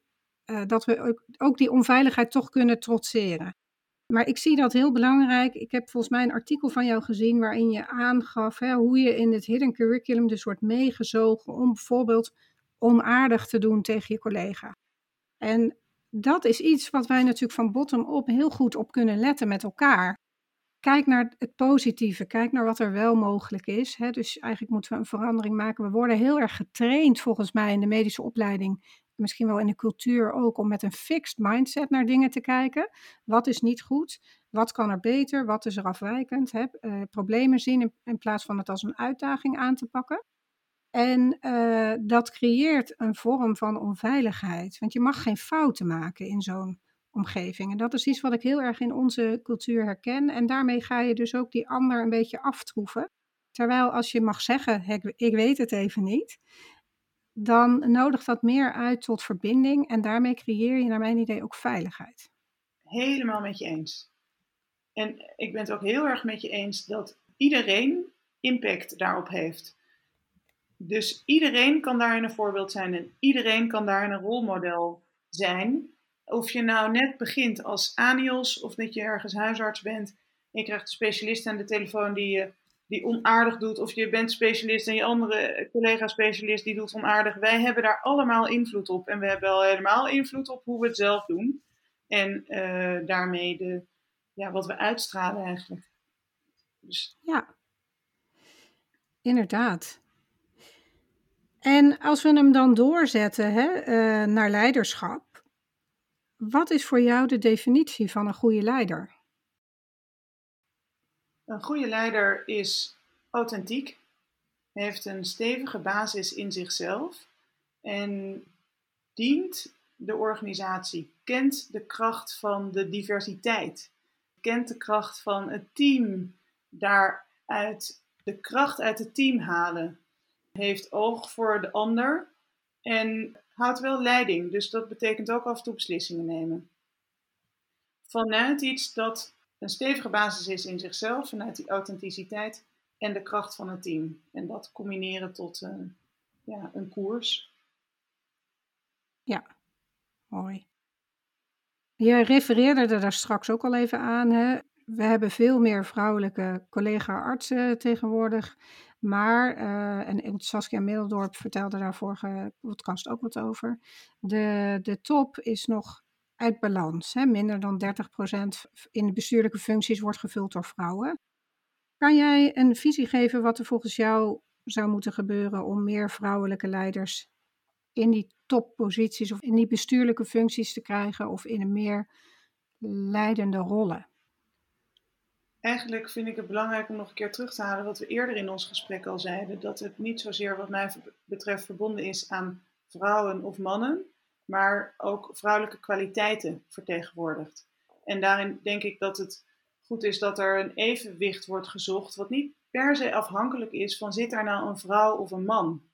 we ook die onveiligheid toch kunnen trotseren. Maar ik zie dat heel belangrijk. Ik heb volgens mij een artikel van jou gezien waarin je aangaf hoe je in het hidden curriculum dus wordt meegezogen om bijvoorbeeld onaardig te doen tegen je collega. En dat is iets wat wij natuurlijk van bottom-up heel goed op kunnen letten met elkaar. Kijk naar het positieve, kijk naar wat er wel mogelijk is. Dus eigenlijk moeten we een verandering maken. We worden heel erg getraind volgens mij in de medische opleiding, misschien wel in de cultuur ook, om met een fixed mindset naar dingen te kijken. Wat is niet goed? Wat kan er beter? Wat is er afwijkend? Problemen zien in plaats van het als een uitdaging aan te pakken. En dat creëert een vorm van onveiligheid. Want je mag geen fouten maken in zo'n omgeving. En dat is iets wat ik heel erg in onze cultuur herken. En daarmee ga je dus ook die ander een beetje aftroeven. Terwijl als je mag zeggen, ik weet het even niet, dan nodigt dat meer uit tot verbinding. En daarmee creëer je naar mijn idee ook veiligheid. Helemaal met je eens. En ik ben het ook heel erg met je eens dat iedereen impact daarop heeft. Dus iedereen kan daarin een voorbeeld zijn en iedereen kan daarin een rolmodel zijn. Of je nou net begint als ANIOS of dat je ergens huisarts bent je krijgt een specialist aan de telefoon die onaardig doet, of je bent specialist en je andere collega-specialist die doet onaardig. Wij hebben daar allemaal invloed op en we hebben al helemaal invloed op hoe we het zelf doen. En daarmee wat we uitstralen eigenlijk. Dus. Ja, inderdaad. En als we hem dan doorzetten naar leiderschap, wat is voor jou de definitie van een goede leider? Een goede leider is authentiek, heeft een stevige basis in zichzelf en dient de organisatie, kent de kracht van de diversiteit, kent de kracht van het team, daaruit de kracht uit het team halen, heeft oog voor de ander en houdt wel leiding. Dus dat betekent ook af en toe beslissingen nemen. Vanuit iets dat een stevige basis is in zichzelf, vanuit die authenticiteit en de kracht van het team. En dat combineren tot een koers. Ja, mooi. Je refereerde er daar straks ook al even aan. Hè? We hebben veel meer vrouwelijke collega-artsen tegenwoordig. Maar, en Saskia Middeldorp vertelde daar vorige podcast ook wat over. De top is nog uit balans. Hè? Minder dan 30% in de bestuurlijke functies wordt gevuld door vrouwen. Kan jij een visie geven wat er volgens jou zou moeten gebeuren om meer vrouwelijke leiders in die topposities of in die bestuurlijke functies te krijgen of in een meer leidende rollen? Eigenlijk vind ik het belangrijk om nog een keer terug te halen wat we eerder in ons gesprek al zeiden. Dat het niet zozeer wat mij betreft verbonden is aan vrouwen of mannen, maar ook vrouwelijke kwaliteiten vertegenwoordigt. En daarin denk ik dat het goed is dat er een evenwicht wordt gezocht, wat niet per se afhankelijk is van zit daar nou een vrouw of een man.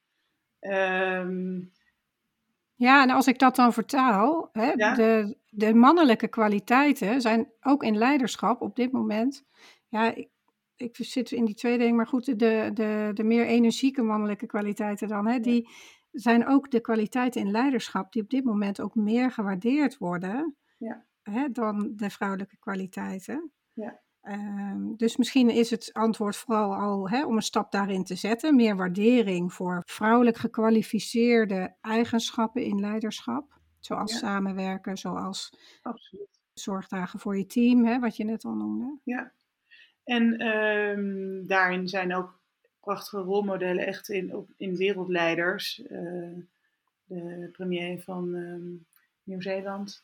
Ja, en als ik dat dan vertaal, de mannelijke kwaliteiten zijn ook in leiderschap op dit moment. Ja, ik zit in die tweedeling, maar goed, de meer energieke mannelijke kwaliteiten dan, die zijn ook de kwaliteiten in leiderschap die op dit moment ook meer gewaardeerd worden dan de vrouwelijke kwaliteiten. Ja. Dus misschien is het antwoord vooral al om een stap daarin te zetten. Meer waardering voor vrouwelijk gekwalificeerde eigenschappen in leiderschap. Zoals samenwerken, zoals zorgdagen voor je team, wat je net al noemde. Ja, en daarin zijn ook prachtige rolmodellen echt in wereldleiders. De premier van Nieuw-Zeeland.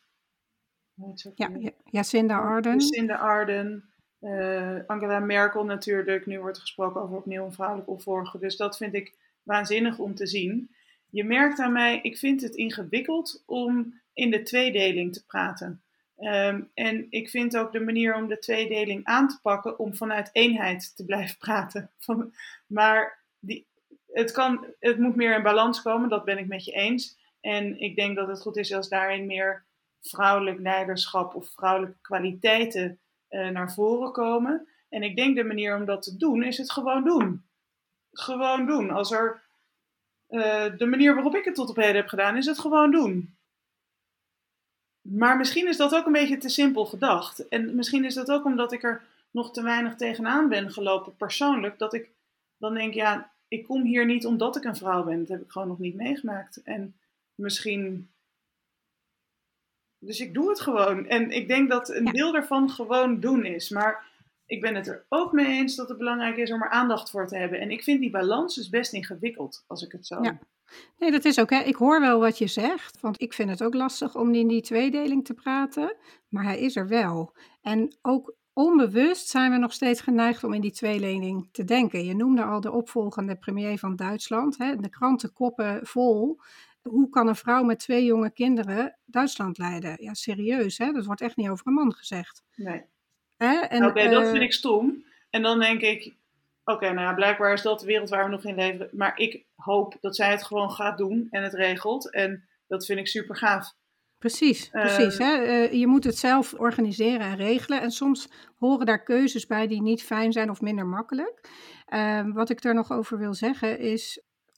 Jacinda Ardern. Jacinda Ardern. Angela Merkel natuurlijk. Nu wordt gesproken over opnieuw een vrouwelijk opvolger. Dus dat vind ik waanzinnig om te zien. Je merkt aan mij, ik vind het ingewikkeld om in de tweedeling te praten. En ik vind ook de manier om de tweedeling aan te pakken om vanuit eenheid te blijven praten. Maar het moet meer in balans komen, dat ben ik met je eens. En ik denk dat het goed is als daarin meer vrouwelijk leiderschap of vrouwelijke kwaliteiten naar voren komen. En ik denk de manier om dat te doen is het gewoon doen. Gewoon doen. Als de manier waarop ik het tot op heden heb gedaan is het gewoon doen. Maar misschien is dat ook een beetje te simpel gedacht. En misschien is dat ook omdat ik er nog te weinig tegenaan ben gelopen persoonlijk. Dat ik dan denk, ik kom hier niet omdat ik een vrouw ben. Dat heb ik gewoon nog niet meegemaakt. En misschien... Dus ik doe het gewoon. En ik denk dat een deel daarvan gewoon doen is. Maar ik ben het er ook mee eens dat het belangrijk is om er aandacht voor te hebben. En ik vind die balans dus best ingewikkeld, als ik het zo... Ja. Nee, dat is ook, ik hoor wel wat je zegt, want ik vind het ook lastig om in die tweedeling te praten, maar hij is er wel. En ook onbewust zijn we nog steeds geneigd om in die tweedeling te denken. Je noemde al de opvolgende premier van Duitsland, de krantenkoppen vol. Hoe kan een vrouw met 2 jonge kinderen Duitsland leiden? Ja, serieus, dat wordt echt niet over een man gezegd. Nee. Dat vind ik stom. En dan denk ik, blijkbaar is dat de wereld waar we nog in leven. Maar ik hoop dat zij het gewoon gaat doen en het regelt. En dat vind ik super gaaf. Precies. Je moet het zelf organiseren en regelen. En soms horen daar keuzes bij die niet fijn zijn of minder makkelijk. Wat ik er nog over wil zeggen is...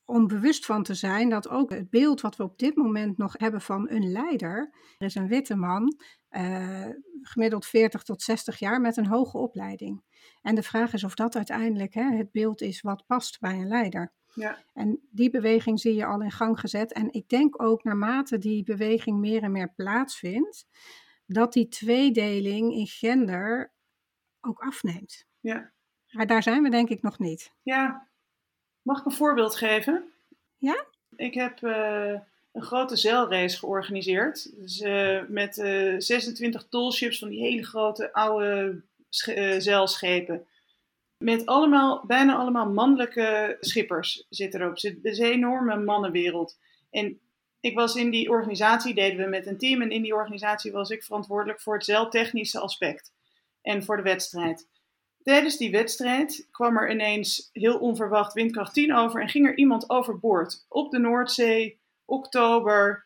om bewust van te zijn dat ook het beeld wat we op dit moment nog hebben van een leider, er is een witte man, gemiddeld 40 tot 60 jaar met een hoge opleiding. En de vraag is of dat uiteindelijk het beeld is wat past bij een leider. Ja. En die beweging zie je al in gang gezet. En ik denk ook naarmate die beweging meer en meer plaatsvindt, dat die tweedeling in gender ook afneemt. Ja. Maar daar zijn we denk ik nog niet. Ja. Mag ik een voorbeeld geven? Ja? Ik heb een grote zeilrace georganiseerd. Dus, met 26 tallships van die hele grote oude zeilschepen. Met bijna allemaal mannelijke schippers zitten erop. Het is een enorme mannenwereld. En ik was in die organisatie, deden we met een team. En in die organisatie was ik verantwoordelijk voor het zeiltechnische aspect. En voor de wedstrijd. Tijdens die wedstrijd kwam er ineens heel onverwacht windkracht 10 over. En ging er iemand overboord. Op de Noordzee, oktober.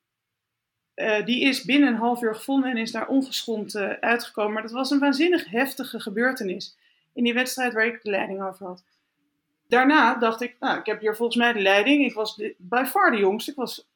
Die is binnen een half uur gevonden en is daar ongeschonden uitgekomen. Maar dat was een waanzinnig heftige gebeurtenis. In die wedstrijd waar ik de leiding over had. Daarna dacht ik, ik heb hier volgens mij de leiding. Ik was by far de jongste. Ik was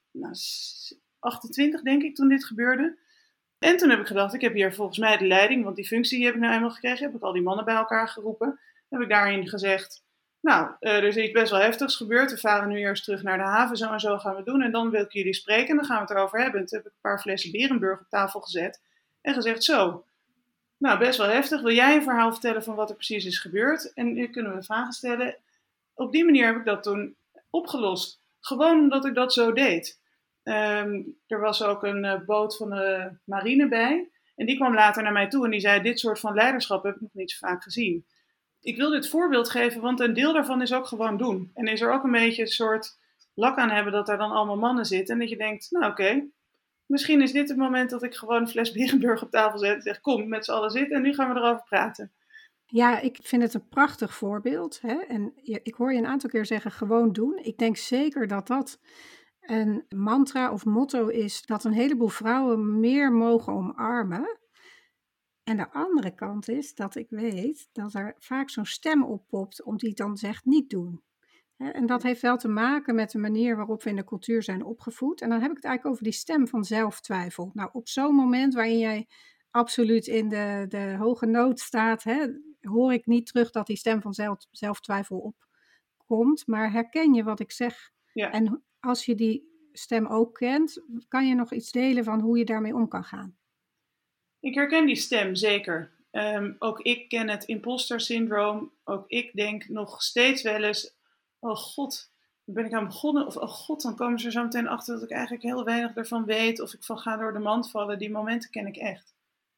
28 denk ik toen dit gebeurde. En toen heb ik gedacht, ik heb hier volgens mij de leiding. Want die functie heb ik nou eenmaal gekregen. Heb ik al die mannen bij elkaar geroepen. Heb ik daarin gezegd, er is iets best wel heftigs gebeurd. We varen nu eerst terug naar de haven. Zo en zo gaan we doen. En dan wil ik jullie spreken en dan gaan we het erover hebben. En toen heb ik een paar flessen Berenburg op tafel gezet. En gezegd, zo... best wel heftig. Wil jij een verhaal vertellen van wat er precies is gebeurd? En nu kunnen we vragen stellen. Op die manier heb ik dat toen opgelost. Gewoon omdat ik dat zo deed. Er was ook een boot van de marine bij. En die kwam later naar mij toe en die zei, dit soort van leiderschap heb ik nog niet zo vaak gezien. Ik wil dit voorbeeld geven, want een deel daarvan is ook gewoon doen. En is er ook een beetje een soort lak aan hebben dat er dan allemaal mannen zitten. En dat je denkt, oké. Misschien is dit het moment dat ik gewoon een fles Berenburg op tafel zet en zeg, kom, met z'n allen zitten en nu gaan we erover praten. Ja, ik vind het een prachtig voorbeeld. En ik hoor je een aantal keer zeggen, gewoon doen. Ik denk zeker dat dat een mantra of motto is dat een heleboel vrouwen meer mogen omarmen. En de andere kant is dat ik weet dat er vaak zo'n stem oppopt om die dan zegt niet doen. En dat heeft wel te maken met de manier waarop we in de cultuur zijn opgevoed. En dan heb ik het eigenlijk over die stem van zelftwijfel. Nou, op zo'n moment waarin jij absoluut in de hoge nood staat, hoor ik niet terug dat die stem van zelftwijfel opkomt. Maar herken je wat ik zeg? Ja. En als je die stem ook kent, kan je nog iets delen van hoe je daarmee om kan gaan? Ik herken die stem, zeker. Ook ik ken het imposter syndroom. Ook ik denk nog steeds wel eens, oh god, daar ben ik aan begonnen. Of oh god, dan komen ze er zo meteen achter dat ik eigenlijk heel weinig ervan weet. Of ik van ga door de mand vallen. Die momenten ken ik echt.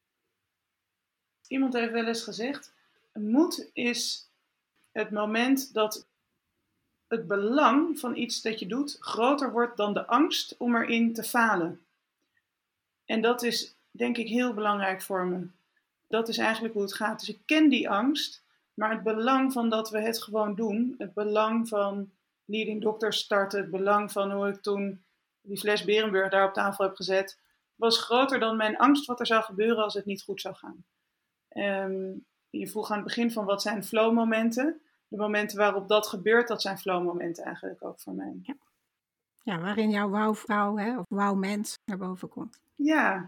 Iemand heeft wel eens gezegd, moed is het moment dat het belang van iets dat je doet groter wordt dan de angst om erin te falen. En dat is denk ik heel belangrijk voor me. Dat is eigenlijk hoe het gaat. Dus ik ken die angst, maar het belang van dat we het gewoon doen, het belang van Leading Doctors starten, het belang van hoe ik toen die fles Berenburg daar op tafel heb gezet, was groter dan mijn angst wat er zou gebeuren als het niet goed zou gaan. Je vroeg aan het begin van wat zijn flowmomenten. De momenten waarop dat gebeurt, dat zijn flowmomenten eigenlijk ook voor mij. Ja, waarin jouw wauwvrouw of wauwmens naar boven komt. Ja.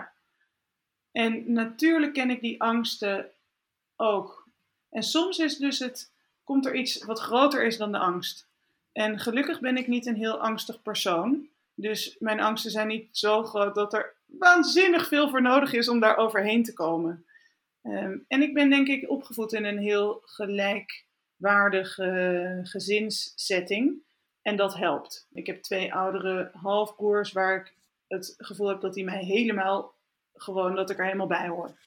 En natuurlijk ken ik die angsten ook. En soms is dus komt er iets wat groter is dan de angst. En gelukkig ben ik niet een heel angstig persoon. Dus mijn angsten zijn niet zo groot dat er waanzinnig veel voor nodig is om daar overheen te komen. En ik ben denk ik opgevoed in een heel gelijkwaardige gezinssetting. En dat helpt. Ik heb 2 oudere halfbroers waar ik het gevoel heb dat die mij helemaal gewoon, dat ik er helemaal bij hoor.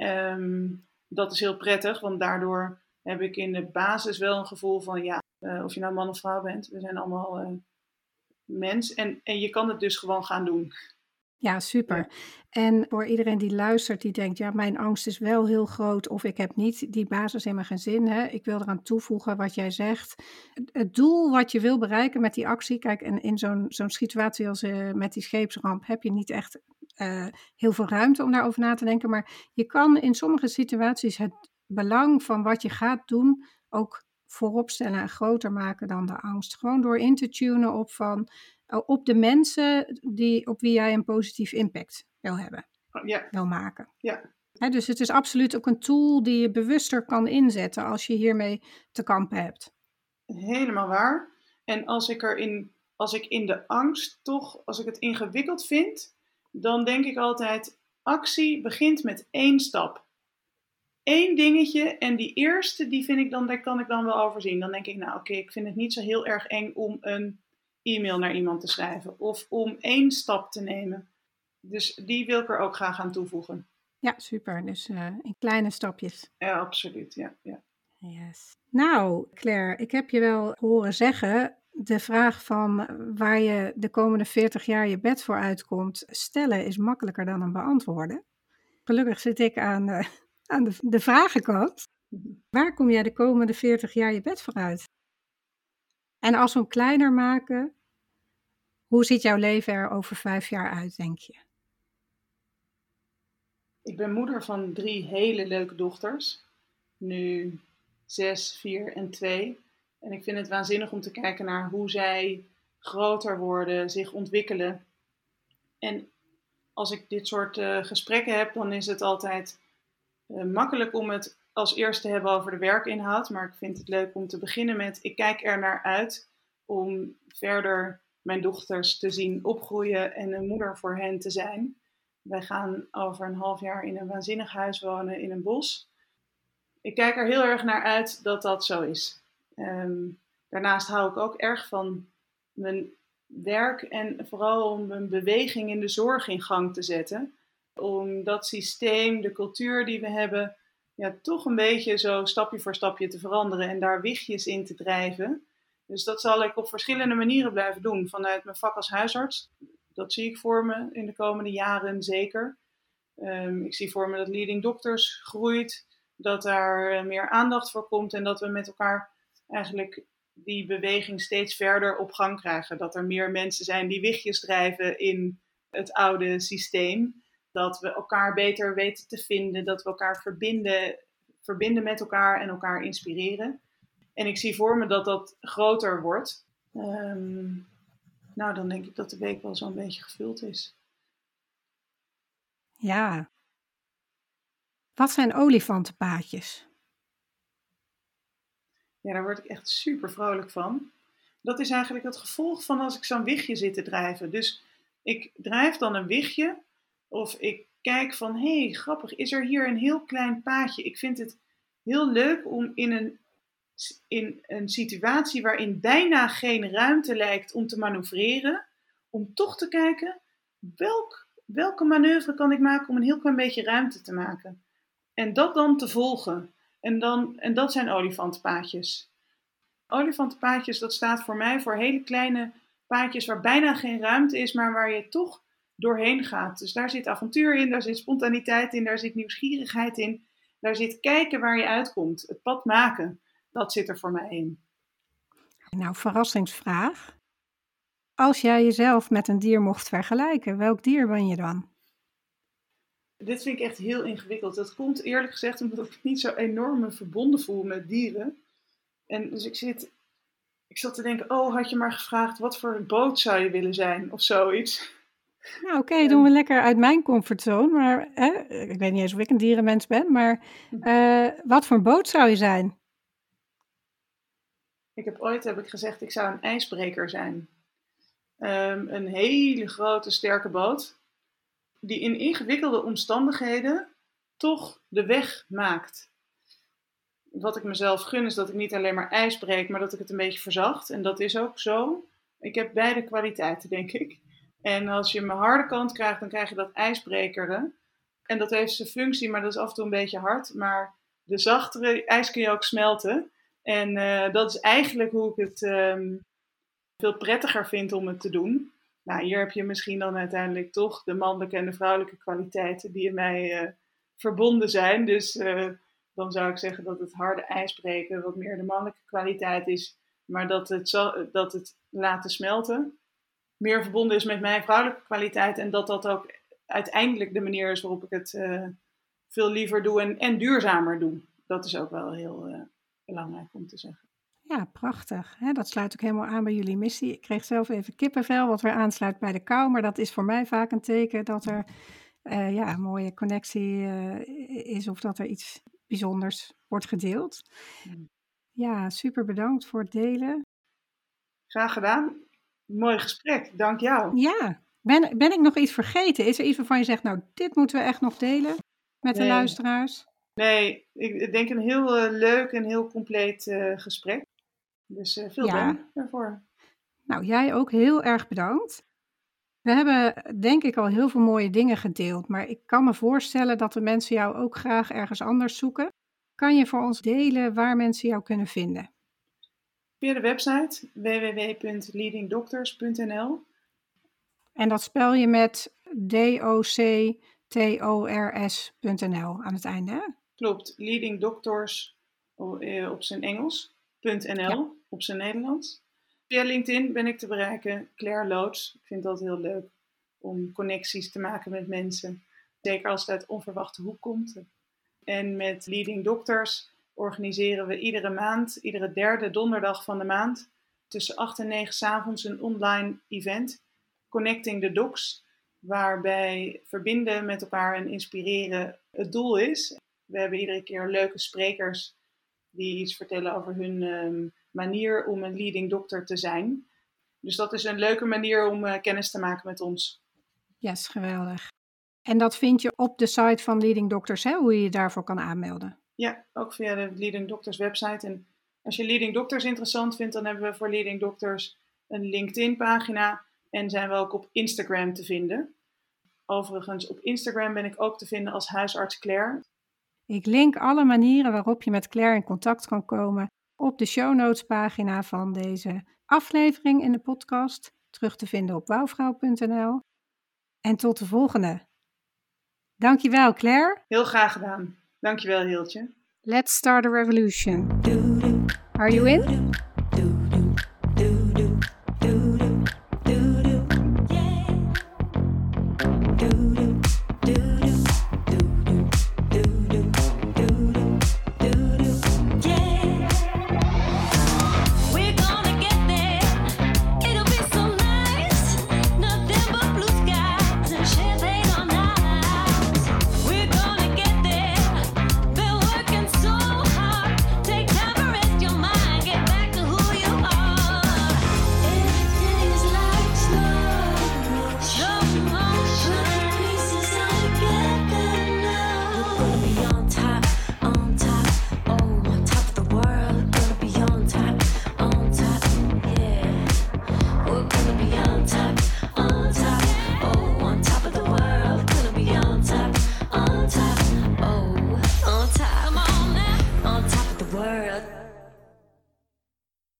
Dat is heel prettig, want daardoor heb ik in de basis wel een gevoel van of je nou man of vrouw bent, we zijn allemaal mens. En je kan het dus gewoon gaan doen. Ja, super. Ja. En voor iedereen die luistert, die denkt, ja, mijn angst is wel heel groot of ik heb niet die basis in mijn gezin. Ik wil eraan toevoegen wat jij zegt. Het doel wat je wil bereiken met die actie, kijk, en in zo'n situatie als met die scheepsramp heb je niet echt heel veel ruimte om daarover na te denken. Maar je kan in sommige situaties het belang van wat je gaat doen ook voorop stellen en groter maken dan de angst. Gewoon door in te tunen op de mensen op wie jij een positief impact wil hebben, wil maken. Ja. Dus het is absoluut ook een tool die je bewuster kan inzetten als je hiermee te kampen hebt. Helemaal waar. En als ik in de angst toch, als ik het ingewikkeld vind, dan denk ik altijd, actie begint met 1 stap. 1 dingetje en die eerste, die vind ik dan, daar kan ik dan wel overzien. Dan denk ik, nou oké, ik vind het niet zo heel erg eng om een e-mail naar iemand te schrijven. Of om 1 stap te nemen. Dus die wil ik er ook graag aan toevoegen. Ja, super. Dus in kleine stapjes. Ja, absoluut. Ja. Yes. Nou, Claire, ik heb je wel horen zeggen, de vraag van waar je de komende 40 jaar je bed voor uitkomt, stellen is makkelijker dan een beantwoorden. Gelukkig zit ik aan de vragenkant. Waar kom jij de komende 40 jaar je bed voor uit? En als we hem kleiner maken, hoe ziet jouw leven er over 5 jaar uit, denk je? Ik ben moeder van 3 hele leuke dochters. Nu 6, 4 en 2. En ik vind het waanzinnig om te kijken naar hoe zij groter worden, zich ontwikkelen. En als ik dit soort gesprekken heb, dan is het altijd makkelijk om het als eerste te hebben over de werkinhoud. Maar ik vind het leuk om te beginnen met, ik kijk er naar uit om verder mijn dochters te zien opgroeien en een moeder voor hen te zijn. Wij gaan over een half jaar in een waanzinnig huis wonen in een bos. Ik kijk er heel erg naar uit dat dat zo is. Daarnaast hou ik ook erg van mijn werk en vooral om een beweging in de zorg in gang te zetten. Om dat systeem, de cultuur die we hebben, toch een beetje zo stapje voor stapje te veranderen en daar wichtjes in te drijven. Dus dat zal ik op verschillende manieren blijven doen. Vanuit mijn vak als huisarts, dat zie ik voor me in de komende jaren zeker. Ik zie voor me dat Leading Doctors groeit, dat daar meer aandacht voor komt en dat we met elkaar eigenlijk die beweging steeds verder op gang krijgen. Dat er meer mensen zijn die wichtjes drijven in het oude systeem. Dat we elkaar beter weten te vinden, dat we elkaar verbinden met elkaar en elkaar inspireren. En ik zie voor me dat dat groter wordt. Nou, dan denk ik dat de week wel zo'n beetje gevuld is. Ja. Wat zijn olifantenpaadjes? Ja, daar word ik echt super vrolijk van. Dat is eigenlijk het gevolg van als ik zo'n wichtje zit te drijven. Dus ik drijf dan een wichtje of ik kijk van, hé, grappig, is er hier een heel klein paadje? Ik vind het heel leuk om in een situatie waarin bijna geen ruimte lijkt om te manoeuvreren, om toch te kijken, welke manoeuvre kan ik maken om een heel klein beetje ruimte te maken? En dat dan te volgen. En dat zijn olifantenpaadjes. Olifantenpaadjes, dat staat voor mij voor hele kleine paadjes waar bijna geen ruimte is, maar waar je toch doorheen gaat. Dus daar zit avontuur in, daar zit spontaniteit in, daar zit nieuwsgierigheid in. Daar zit kijken waar je uitkomt, het pad maken. Dat zit er voor mij in. Nou, verrassingsvraag. Als jij jezelf met een dier mocht vergelijken, welk dier ben je dan? Dit vind ik echt heel ingewikkeld. Dat komt eerlijk gezegd omdat ik niet zo enorm me verbonden voel met dieren. En dus ik zat te denken, had je maar gevraagd wat voor boot zou je willen zijn of zoiets. Nou, oké, doen we lekker uit mijn comfortzone. Maar ik weet niet eens of ik een dierenmens ben, maar wat voor boot zou je zijn? Ooit heb ik gezegd, ik zou een ijsbreker zijn. Een hele grote, sterke boot, die in ingewikkelde omstandigheden toch de weg maakt. Wat ik mezelf gun is dat ik niet alleen maar ijs breek, maar dat ik het een beetje verzacht. En dat is ook zo. Ik heb beide kwaliteiten, denk ik. En als je mijn harde kant krijgt, dan krijg je dat ijsbrekeren. En dat heeft zijn functie, maar dat is af en toe een beetje hard. Maar de zachtere ijs kun je ook smelten. En dat is eigenlijk hoe ik het veel prettiger vind om het te doen. Nou, hier heb je misschien dan uiteindelijk toch de mannelijke en de vrouwelijke kwaliteiten die in mij verbonden zijn. Dus dan zou ik zeggen dat het harde ijsbreken wat meer de mannelijke kwaliteit is. Maar dat het laten smelten meer verbonden is met mijn vrouwelijke kwaliteit. En dat ook uiteindelijk de manier is waarop ik het veel liever doe en duurzamer doe. Dat is ook wel heel belangrijk om te zeggen. Ja, prachtig. Hè, dat sluit ook helemaal aan bij jullie missie. Ik kreeg zelf even kippenvel, wat weer aansluit bij de kou. Maar dat is voor mij vaak een teken dat er een mooie connectie is of dat er iets bijzonders wordt gedeeld. Ja, super bedankt voor het delen. Graag gedaan. Mooi gesprek. Dank jou. Ja, ben ik nog iets vergeten? Is er iets waarvan je zegt, nou, dit moeten we echt nog delen met de luisteraars? Nee, ik denk een heel leuk en heel compleet gesprek. Dus veel dank daarvoor. Nou, jij ook heel erg bedankt. We hebben denk ik al heel veel mooie dingen gedeeld, maar ik kan me voorstellen dat de mensen jou ook graag ergens anders zoeken. Kan je voor ons delen waar mensen jou kunnen vinden? Via de website www.leadingdoctors.nl. En dat spel je met doctors.nl aan het einde, hè? Klopt, Leading Doctors op zijn Engels.nl op zijn Nederlands. Via LinkedIn ben ik te bereiken, Claire Loods. Ik vind dat heel leuk om connecties te maken met mensen. Zeker als het uit onverwachte hoek komt. En met Leading Doctors organiseren we iedere maand, iedere derde donderdag van de maand, tussen 8 en 9 's avonds een online event, Connecting the Docs, waarbij verbinden met elkaar en inspireren het doel is. We hebben iedere keer leuke sprekers die iets vertellen over hun manier om een leading doctor te zijn. Dus dat is een leuke manier om kennis te maken met ons. Yes, geweldig. En dat vind je op de site van Leading Doctors, hè, hoe je je daarvoor kan aanmelden? Ja, ook via de Leading Doctors website. En als je Leading Doctors interessant vindt, dan hebben we voor Leading Doctors een LinkedIn pagina en zijn we ook op Instagram te vinden. Overigens, op Instagram ben ik ook te vinden als huisarts Claire. Ik link alle manieren waarop je met Claire in contact kan komen op de show notes pagina van deze aflevering in de podcast, terug te vinden op wouwvrouw.nl. En tot de volgende. Dankjewel, Claire. Heel graag gedaan. Dankjewel, Hiltje. Let's start a revolution. Are you in?